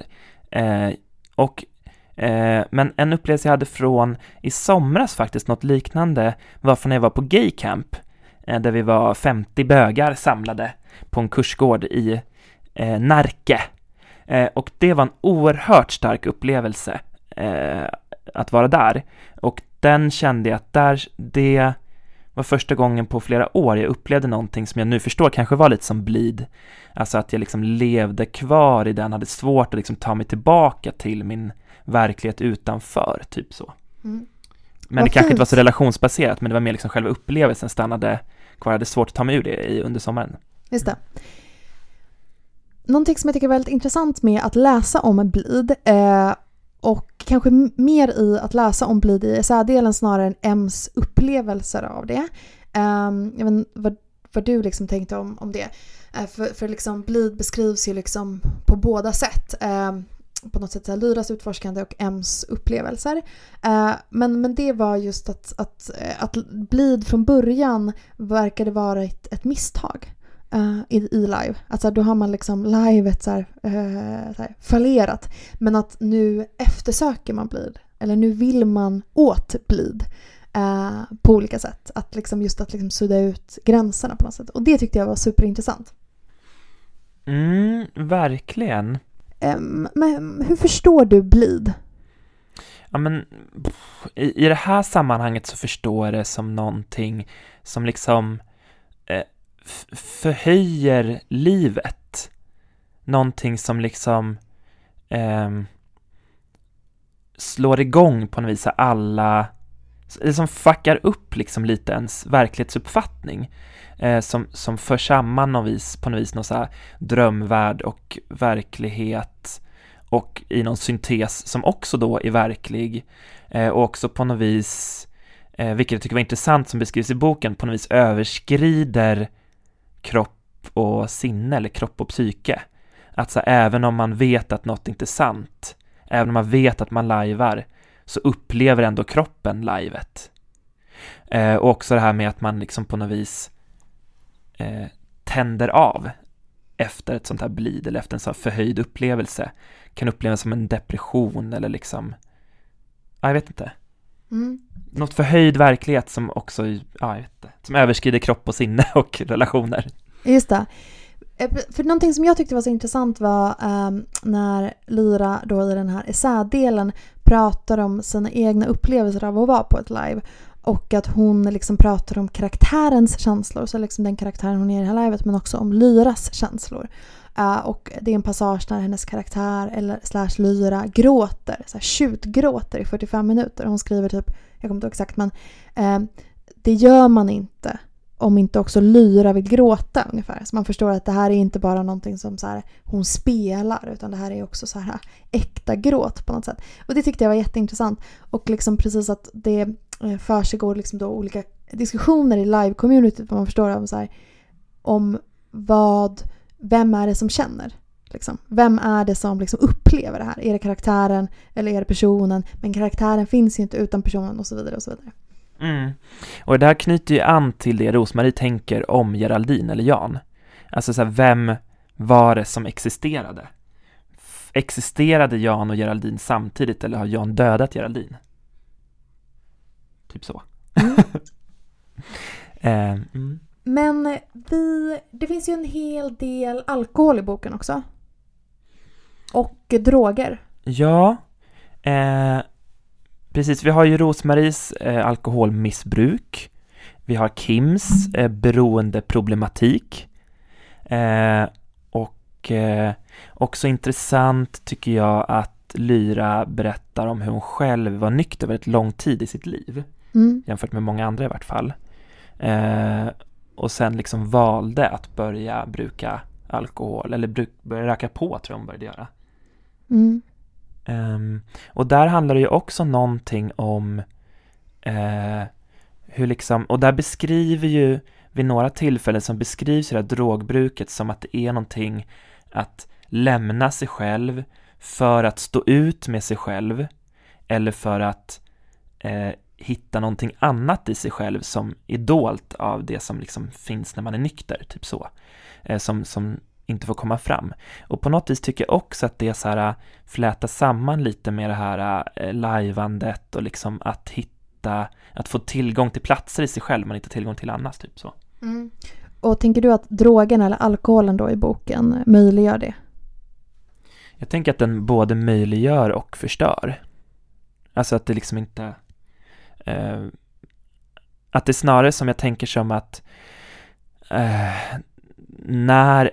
Men en upplevelse jag hade från i somras faktiskt, något liknande, var från när jag var på gaycamp. Där vi var 50 bögar samlade på en kursgård i Närke. Och det var en oerhört stark upplevelse att vara där. Och den kände jag att det var första gången på flera år jag upplevde någonting som jag nu förstår kanske var lite som blid. Alltså att jag liksom levde kvar i den, hade svårt att liksom ta mig tillbaka till min verklighet utanför, typ så. Mm. Men det kanske inte var så relationsbaserat, men det var mer liksom själva upplevelsen stannade kvar. Jag hade svårt att ta mig ur det under sommaren. Just det. Någonting som jag tycker är väldigt intressant med att läsa om blid och kanske mer i att läsa om blid i essädelen snarare än M's upplevelser av det. Jag vet inte vad du liksom tänkte om det. För liksom blid beskrivs ju liksom på båda sätt. På något sätt så här, Lyras utforskande och M's upplevelser. Men det var just att blid från början verkade vara ett misstag. I live. Alltså då har man liksom livet så här fallerat. Men att nu eftersöker man blid. Eller nu vill man åt blid. På olika sätt. Att liksom sudda ut gränserna på något sätt. Och det tyckte jag var superintressant. Verkligen. Men hur förstår du blid? Ja, men i det här sammanhanget så förstår jag det som någonting som liksom förhöjer livet. Någonting som liksom slår igång på något vis alla, som fuckar upp liksom lite ens verklighetsuppfattning, som för samman på något vis någon så här drömvärld och verklighet, och i någon syntes som också då är verklig, och också på något vis, vilket jag tycker var intressant som beskrivs i boken, på något vis överskrider kropp och sinne eller kropp och psyke. Att så, även om man vet att något inte är sant, även om man vet att man lajvar, så upplever ändå kroppen livet. Och också det här med att man liksom på något vis tänder av efter ett sånt här blid eller efter en sån här förhöjd upplevelse. Kan upplevas som en depression eller liksom, jag vet inte. Något förhöjd verklighet som också, jag vet inte, som överskrider kropp och sinne och relationer. Just det. För någonting som jag tyckte var så intressant var när Lyra då i den här essädelen pratar om sina egna upplevelser av att vara på ett live. Och att hon liksom pratar om karaktärens känslor, så liksom den karaktären hon är i det här livet, men också om Lyras känslor. Och det är en passage när hennes karaktär eller Lyra gråter, så här tjutgråter i 45 minuter. Hon skriver typ, jag kommer inte ihåg exakt, men det gör man inte om inte också Lyra vill gråta ungefär. Så man förstår att det här är inte bara någonting som så här, hon spelar, utan det här är också så här äkta gråt på något sätt. Och det tyckte jag var jätteintressant. Och liksom precis att det försiggår liksom då olika diskussioner i live-communityt, vad man förstår om så här, om vem är det som känner? Liksom. Vem är det som liksom upplever det här? Är det karaktären eller är det personen? Men karaktären finns ju inte utan personen och så vidare och så vidare. Mm. Och det här knyter ju an till det Rosmarie tänker om Geraldine eller Jan. Alltså så här, vem var det som existerade? Existerade Jan och Geraldine samtidigt eller har Jan dödat Geraldine? Typ så. Men det finns ju en hel del alkohol i boken också. Och droger. Ja, precis. Vi har ju Rosmaries alkoholmissbruk. Vi har Kims beroendeproblematik. Och också intressant tycker jag att Lyra berättar om hur hon själv var nykter över ett lång tid i sitt liv. Jämfört med många andra i vart fall. Och sen liksom valde att börja bruka alkohol. Eller börja röka på, tror jag hon började göra. Och där handlar det ju också någonting om hur liksom, och där beskriver ju vid några tillfällen som beskrivs det här drogbruket som att det är någonting att lämna sig själv för att stå ut med sig själv eller för att hitta någonting annat i sig själv som är dolt av det som liksom finns när man är nykter, typ så, som inte får komma fram. Och på något vis tycker jag också att det är så här fläta samman lite med det här lajvandet och liksom att få tillgång till platser i sig själv man inte har tillgång till annars, typ så. Och tänker du att drogen eller alkoholen då i boken möjliggör det? Jag tänker att den både möjliggör och förstör. Alltså att det liksom inte att det snarare som jag tänker som att när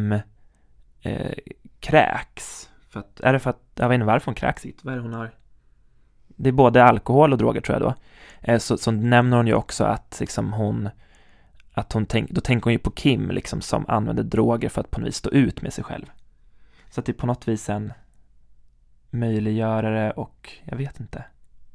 kräks, är det för att jag vet inte varför hon kräks hit, vad är det hon har? Det är både alkohol och droger, tror jag då. Så nämner hon ju också att liksom då tänker hon ju på Kim liksom, som använder droger för att på något vis stå ut med sig själv. Så att det är på något vis en möjliggörare och jag vet inte.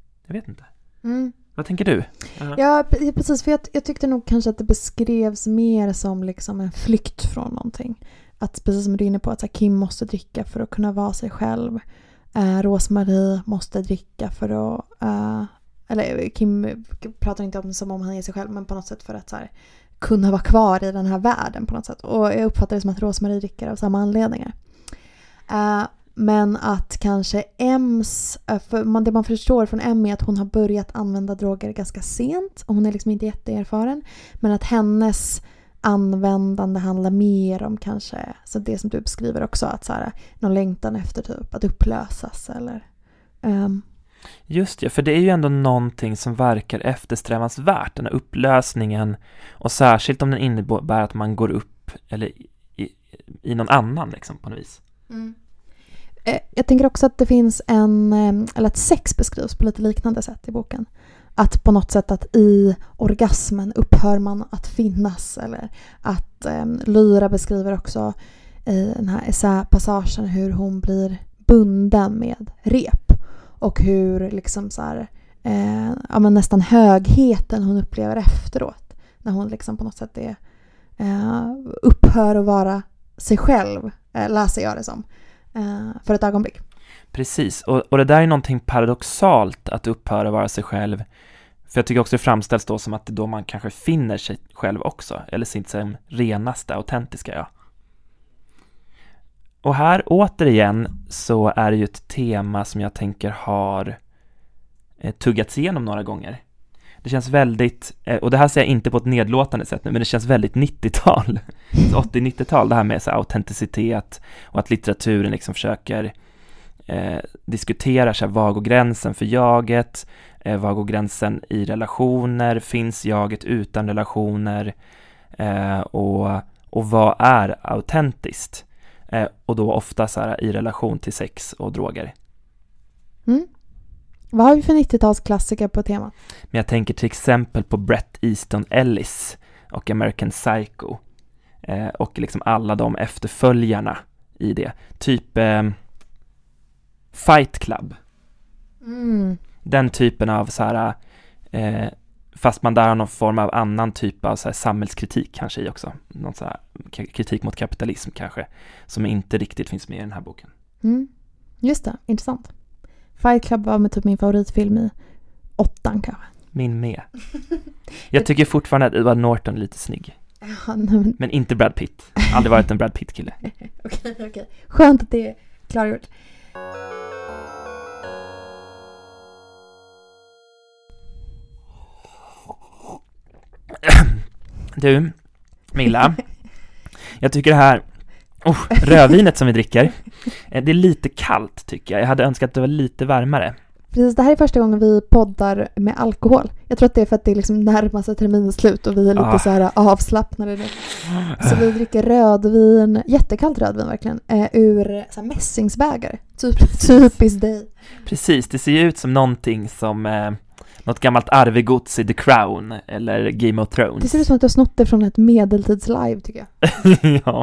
Vad tänker du? Ja, precis. För jag tyckte nog kanske att det beskrevs mer som liksom en flykt från någonting. Att precis som du är inne på, att så här, Kim måste dricka för att kunna vara sig själv. Rosmarie måste dricka för att... eller Kim pratar inte om som om han är sig själv, men på något sätt för att så här, kunna vara kvar i den här världen på något sätt. Och jag uppfattar det som att Rosmarie dricker av samma anledningar. Men att kanske det man förstår från Emmy är att hon har börjat använda droger ganska sent. Och hon är liksom inte jätteerfaren. Men att hennes användande handlar mer om kanske, så det som du beskriver också, att så här, någon längtan efter typ att upplösas eller... Just det, för det är ju ändå någonting som verkar eftersträvansvärt, den här upplösningen. Och särskilt om den innebär att man går upp eller i någon annan liksom, på något vis. Jag tänker också att det finns eller att sex beskrivs på lite liknande sätt i boken. Att på något sätt att i orgasmen upphör man att finnas. Eller att Lyra beskriver också i den här essäpassagen hur hon blir bunden med rep. Och hur liksom så här, men nästan högheten hon upplever efteråt. När hon liksom på något sätt upphör att vara sig själv, läser jag det som. För ett ögonblick. Precis, och det där är någonting paradoxalt att upphöra att vara sig själv. För jag tycker också det framställs då som att det är då man kanske finner sig själv också. Eller sin renaste, autentiska jag. Och här återigen så är det ju ett tema som jag tänker har tuggats igenom några gånger. Det känns väldigt, och det här säger jag inte på ett nedlåtande sätt nu, men det känns väldigt 90-tal. 80-90-tal, det här med så här autenticitet och att litteraturen liksom försöker diskutera så här, var går gränsen för jaget, var går gränsen i relationer, finns jaget utan relationer, och vad är autentiskt? Och då ofta så här, i relation till sex och droger. Vad har vi för 90-talsklassiker på temat? Men jag tänker till exempel på Bret Easton Ellis och American Psycho. Och liksom alla de efterföljarna i det. Typ Fight Club. Den typen av så här, fast man där har någon form av annan typ av så här samhällskritik kanske i också. Någon så här kritik mot kapitalism kanske, som inte riktigt finns med i den här boken. Just det, intressant. Fight Club var med typ min favoritfilm i 8 kanske. Min med. Jag tycker fortfarande att Edward Norton är lite snygg. Ja, men inte Brad Pitt. Aldrig varit en Brad Pitt-kille. Okej. Skönt att det är klargjort. Du, Milla. Jag tycker det här rödvinet som vi dricker, det är lite kallt tycker jag. Jag hade önskat att det var lite varmare. Precis, det här är första gången vi poddar med alkohol. Jag tror att det är för att det är liksom närmast terminens slut och vi är lite så här avslappnade nu. Så vi dricker rödvin, jättekallt rödvin verkligen, ur så här mässingsbägare. Typiskt dig. Precis, det ser ju ut som någonting som något gammalt arvegods i The Crown eller Game of Thrones. Det ser ut som att du har snott det från ett medeltidslive tycker jag. Ja.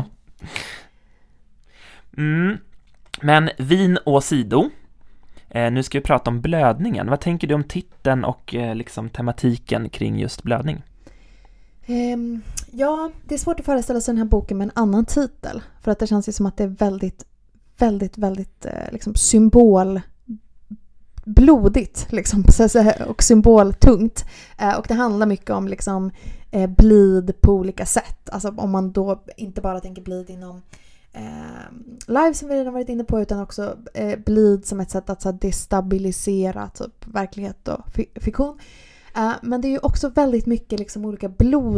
Men vin åsido. Nu ska vi prata om blödningen. Vad tänker du om titeln och liksom tematiken kring just blödning? Ja, det är svårt att föreställa sig den här boken med en annan titel. För att det känns ju som att det är väldigt liksom blodigt liksom, och symboltungt. Och det handlar mycket om liksom, blid på olika sätt. Alltså om man då inte bara tänker blid inom live som vi redan varit inne på, utan också blid som ett sätt att så här, destabilisera typ verklighet och fiktion. Men det är ju också väldigt mycket liksom olika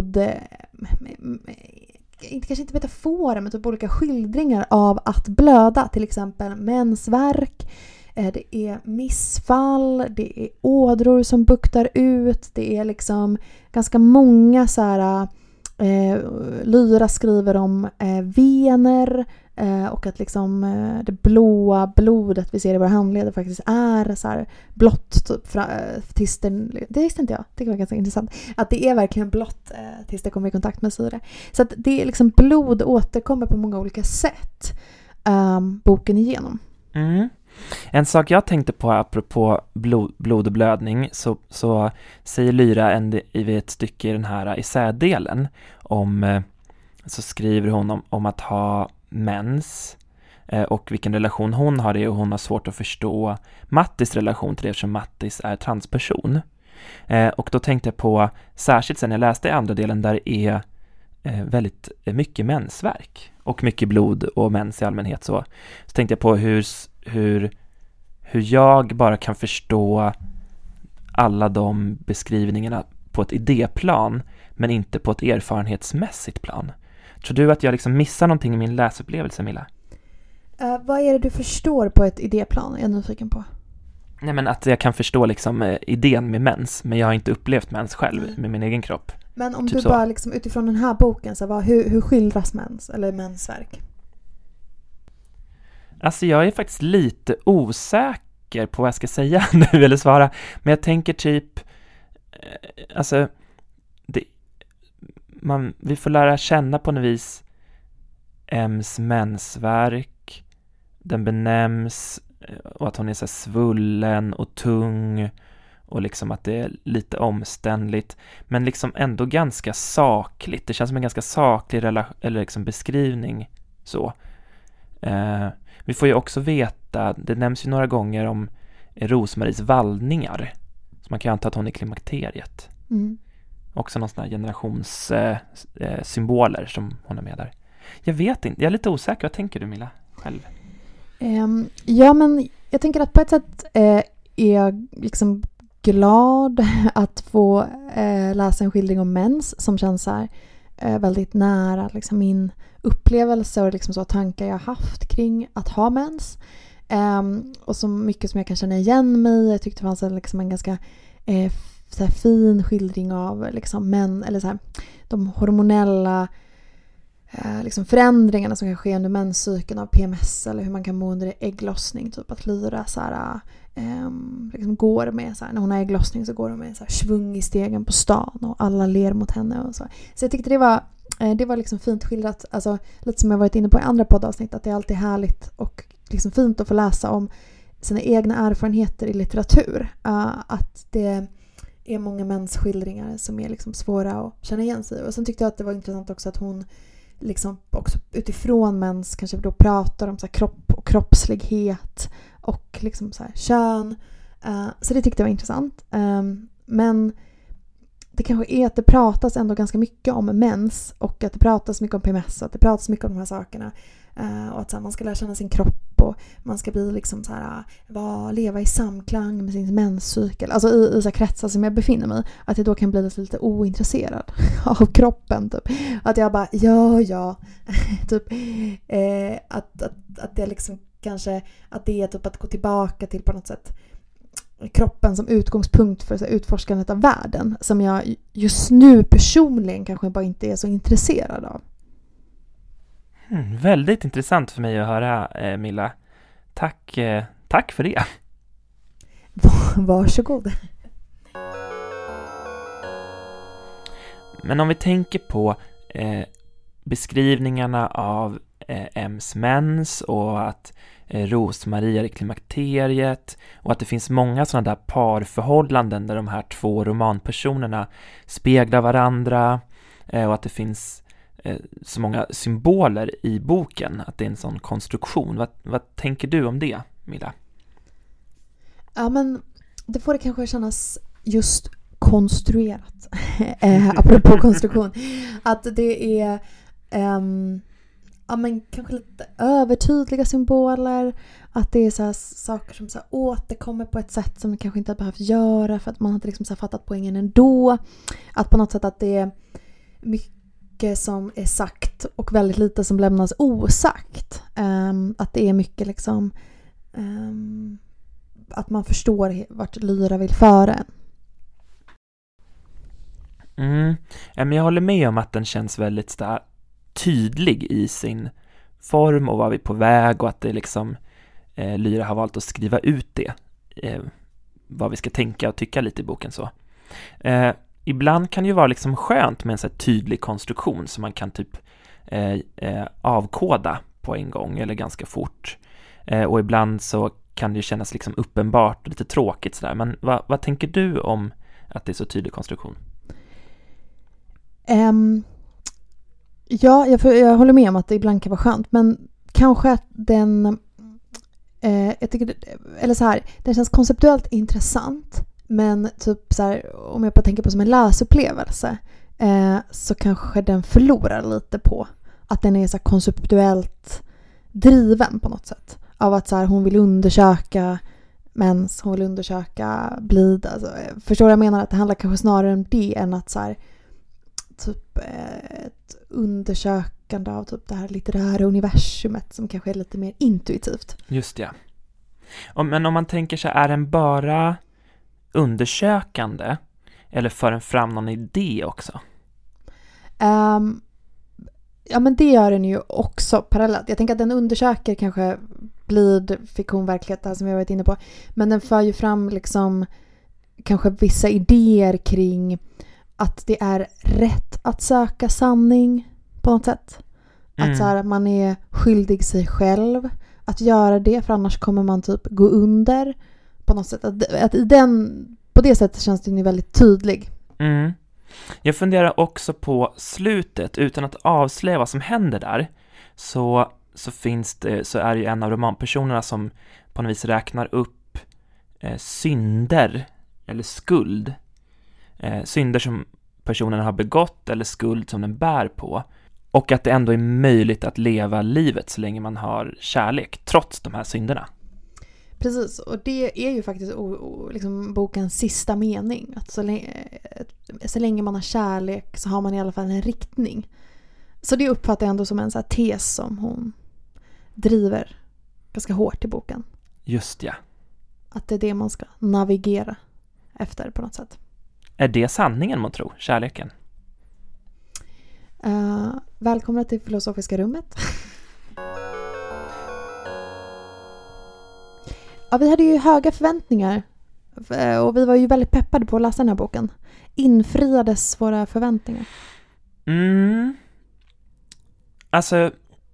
kanske inte metaforer, men typ olika skildringar av att blöda. Till exempel mensvärk, det är missfall, det är ådror som buktar ut, det är liksom ganska många så här. Lyra skriver om vener och att liksom det blåa blodet vi ser i våra handleder faktiskt är så här blått typ tills det visste inte jag. Det var ganska intressant att det är verkligen blått tills det kommer i kontakt med syre. Så att det är liksom blod återkommer på många olika sätt boken igenom. En sak jag tänkte på apropå blod och blödning, så säger Lyra i ett stycke i den här essädelen så skriver hon om att ha mens och vilken relation hon har det, och hon har svårt att förstå Mattis relation till det eftersom Mattis är transperson. Och då tänkte jag på, särskilt sen jag läste i andra delen där det är väldigt mycket mensvärk och mycket blod och mens i allmänhet, så tänkte jag på hur jag bara kan förstå alla de beskrivningarna på ett idéplan men inte på ett erfarenhetsmässigt plan. Tror du att jag liksom missar någonting i min läsupplevelse, Milla? Vad är det du förstår på ett idéplan? Jag är nyfiken på. Nej, men att jag kan förstå liksom idén med mens, men jag har inte upplevt mens själv med min egen kropp. Men om typ du så. bara liksom utifrån den här boken, så hur skildras mens eller mensvärk? Alltså jag är faktiskt lite osäker på vad jag ska säga nu eller svara. Men jag tänker typ, alltså vi får lära känna på något vis M's mensvärk. Den benämns och att hon är så svullen och tung och liksom att det är lite omständligt, men liksom ändå ganska sakligt. Det känns som en ganska saklig eller liksom beskrivning så. Vi får ju också veta, det nämns ju några gånger om Rosmaries vallningar. Så man kan anta att hon är klimakteriet. Också någon sån här generationssymboler som hon är med där. Jag vet inte, jag är lite osäker. Vad tänker du, Milla, själv? Ja, men jag tänker att på ett sätt är jag liksom glad att få läsa en skildring om mens som känns så här, väldigt nära liksom min upplevelse och liksom så tankar jag haft kring att ha mens. Och så mycket som jag kan känna igen mig. Jag tyckte det fanns liksom en ganska så här fin skildring av liksom män, eller så här, de hormonella liksom förändringarna som kan ske under menscykeln av PMS, eller hur man kan må under ägglossning, typ att Lyra så här, liksom går med så här, när hon har ägglossning så går hon med så här svung i stegen på stan och alla ler mot henne och så. Så jag tyckte det var liksom fint skildrat, alltså lite som jag varit inne på i andra poddavsnitt, att det är alltid härligt och liksom fint att få läsa om sina egna erfarenheter i litteratur. Att det är många mensskildringar som är liksom svåra att känna igen sig i. Och sen tyckte jag att det var intressant också att hon liksom också utifrån mens kanske då pratar om så här kropp och kroppslighet och liksom så här kön. Så det tyckte jag var intressant. Men det kanske är att det pratas ändå ganska mycket om mens och att det pratas mycket om PMS och att det pratas mycket om de här sakerna. Och att så här, man ska lära känna sin kropp och man ska bli liksom så här, leva i samklang med sin menscykel. Alltså i så här kretsar som jag befinner mig, att jag då kan bli lite ointresserad av kroppen typ. Att jag bara ja typ att det liksom kanske att det är typ att gå tillbaka till på något sätt kroppen som utgångspunkt för så här, utforskandet av världen, som jag just nu personligen kanske bara inte är så intresserad av. Väldigt intressant för mig att höra, Milla. Tack för det. Varsågod. Men om vi tänker på beskrivningarna av M's mens och att Rosmarie är i klimakteriet och att det finns många sådana där parförhållanden där de här två romanpersonerna speglar varandra och att det finns så många symboler i boken, att det är en sån konstruktion. Vad tänker du om det, Milla? Ja, men det får det kanske kännas just konstruerat. Apropå konstruktion. Att det är men kanske lite övertydliga symboler. Att det är så här saker som så här återkommer på ett sätt som det kanske inte hade behövt göra för att man hade liksom så här fattat poängen ändå. Att på något sätt att det är mycket som är sagt och väldigt lite som lämnas osagt. Att det är mycket liksom att man förstår vart Lyra vill föra en. Men jag håller med om att den känns väldigt tydlig i sin form och var vi på väg och att det liksom Lyra har valt att skriva ut det vad vi ska tänka och tycka lite i boken så. Ibland kan det ju vara liksom skönt med en så här tydlig konstruktion som man kan typ avkoda på en gång eller ganska fort. Och ibland så kan det ju kännas liksom uppenbart och lite tråkigt sådär. Men vad tänker du om att det är så tydlig konstruktion? Ja, jag håller med om att det ibland kan vara skönt, men kanske att den jag tycker, eller så här, den känns konceptuellt intressant, men typ så här, om jag bara tänker på som en läsupplevelse så kanske den förlorar lite på att den är så här konceptuellt driven på något sätt. Av att så här, hon vill undersöka mens, hon vill undersöka blid. Alltså, förstår jag menar att det handlar kanske snarare om det än att så här, typ ett undersökande av typ det här litterära universumet som kanske är lite mer intuitivt. Just det. Men om man tänker så är den bara undersökande eller för en fram någon idé också? Ja, men det gör den ju också parallellt. Jag tänker att den undersöker kanske blid, fiktion, verklighet, det här som vi har varit inne på. Men den för ju fram liksom kanske vissa idéer kring att det är rätt att söka sanning på något sätt. Att så här, man är skyldig sig själv att göra det, för annars kommer man typ gå under på något sätt. Att i på det sättet känns den ju väldigt tydlig. Jag funderar också på slutet, utan att avslöja vad som händer där, så är det ju en av romanpersonerna som på något vis räknar upp synder eller skuld. Synder som personen har begått eller skuld som den bär på. Och att det ändå är möjligt att leva livet så länge man har kärlek trots de här synderna. Precis, och det är ju faktiskt liksom bokens sista mening. Att så länge man har kärlek så har man i alla fall en riktning. Så det uppfattar jag ändå som en så här tes som hon driver ganska hårt i boken. Just ja. Att det är det man ska navigera efter på något sätt. Är det sanningen man tror, kärleken? välkomna till Filosofiska rummet. Ja, vi hade ju höga förväntningar och vi var ju väldigt peppade på att läsa den här boken. Infriades våra förväntningar? Alltså,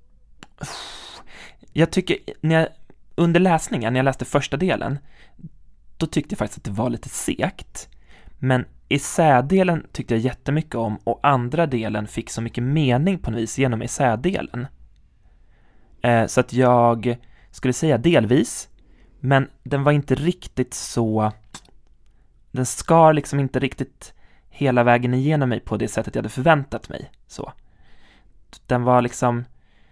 jag tycker under läsningen, när jag läste första delen, då tyckte jag faktiskt att det var lite segt. Men essädelen tyckte jag jättemycket om, och andra delen fick så mycket mening på något vis genom essädelen. Så att jag skulle säga delvis, men den var inte riktigt så... Den skar liksom inte riktigt hela vägen igenom mig på det sättet jag hade förväntat mig. Så. Den var liksom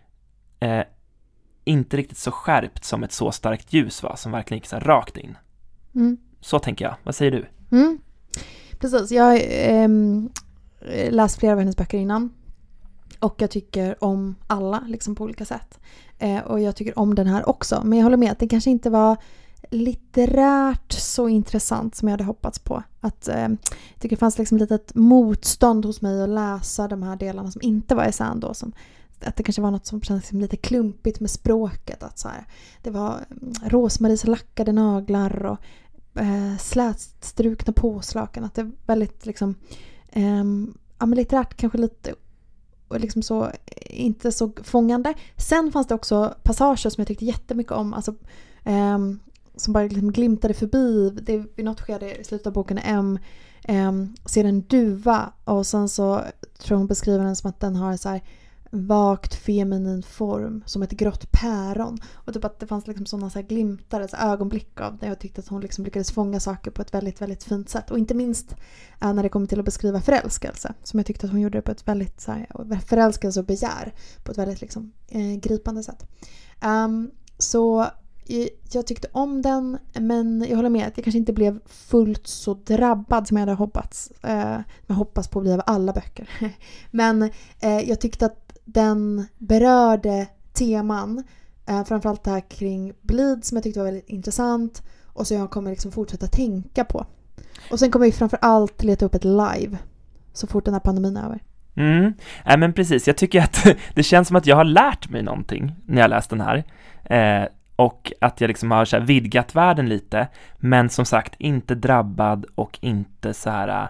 inte riktigt så skärpt som ett så starkt ljus var, som verkligen gick så här rakt in. Så tänker jag. Vad säger du? Precis, jag har läst flera av hennes böcker innan. Och jag tycker om alla liksom på olika sätt. Och jag tycker om den här också. Men jag håller med att det kanske inte var litterärt så intressant som jag hade hoppats på. Att, jag tycker det fanns liksom lite ett motstånd hos mig att läsa de här delarna som inte var essän då. Att det kanske var något som kändes lite klumpigt med språket. Att så här, det var Rosmaries lackade naglar och slätstrukna påslakan. Att det är väldigt liksom men litterärt kanske lite liksom så, inte så fångande. Sen fanns det också passager som jag tyckte jättemycket om, alltså som bara liksom glimtade förbi. Det är vid något skede i slutet av boken ser en duva, och sen så tror hon beskriver den som att den har så här vagt feminin form, som ett grått päron, och typ att det fanns liksom sådana så här glimtar, så ögonblick av det. Jag tyckte att hon liksom lyckades fånga saker på ett väldigt, väldigt fint sätt, och inte minst när det kommer till att beskriva förälskelse, som jag tyckte att hon gjorde det på ett väldigt så här, förälskelse och begär på ett väldigt liksom gripande sätt. Så jag tyckte om den, men jag håller med att jag kanske inte blev fullt så drabbad som jag hade hoppats. Jag hoppas på att bli av alla böcker. Men jag tyckte att den berörde teman, framförallt det här kring Bleed, som jag tyckte var väldigt intressant, och så jag kommer liksom fortsätta tänka på. Och sen kommer jag framförallt leta upp ett live så fort den här pandemin är över. Ja, men precis, jag tycker att det känns som att jag har lärt mig någonting när jag läst den här. Och att jag liksom har så här vidgat världen lite, men som sagt inte drabbad och inte så här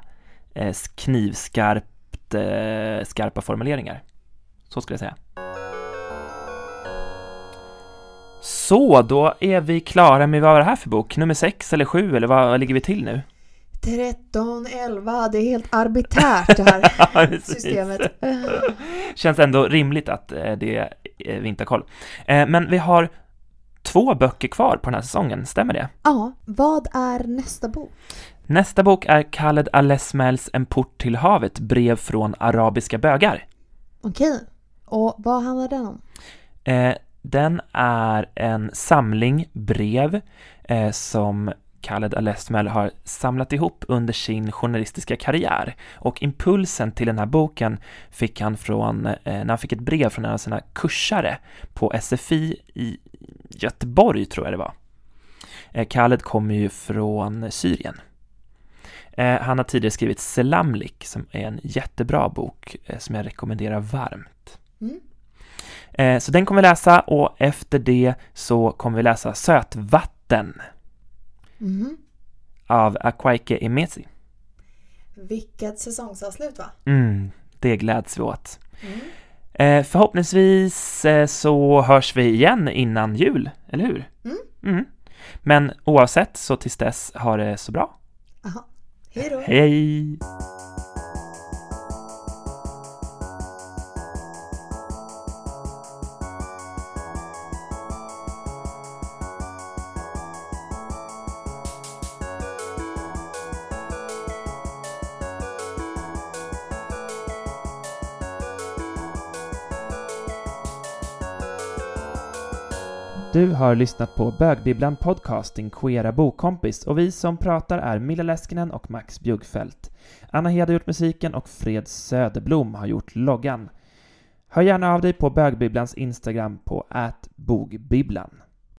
skarpa formuleringar. Så skulle jag säga. Så, då är vi klara med vad var det här för bok? Nummer 6 eller 7, eller vad ligger vi till nu? 13, 11, det är helt arbitärt det här systemet. Känns ändå rimligt att det är vi inte har koll. Men vi har 2 böcker kvar på den här säsongen, stämmer det? Ja, vad är nästa bok? Nästa bok är Khaled Al-Esmails En port till havet, brev från arabiska bögar. Okej, och vad handlar den om? Den är en samling brev som Khaled Al-Esmail har samlat ihop under sin journalistiska karriär. Och impulsen till den här boken fick han när han fick ett brev från en av sina kursare på SFI i Göteborg, tror jag det var. Khaled kommer ju från Syrien. Han har tidigare skrivit Selamlik, som är en jättebra bok som jag rekommenderar varmt. Så den kommer vi läsa, och efter det så kommer vi läsa Sötvatten av Akwaeke Emezi. Vilket säsongsavslut, va? Det gläds vi åt. Förhoppningsvis så hörs vi igen innan jul, eller hur? Men oavsett, så tills dess, har det så bra. Aha. Hej då. Hej! Du har lyssnat på Bögbibblan podcasting Queera bokkompis, och vi som pratar är Milla Leskinen och Max Bjuggfeldt. Anna Hed har gjort musiken och Fred Söderblom har gjort loggan. Hör gärna av dig på Bögbibblans Instagram på @bogbibblan.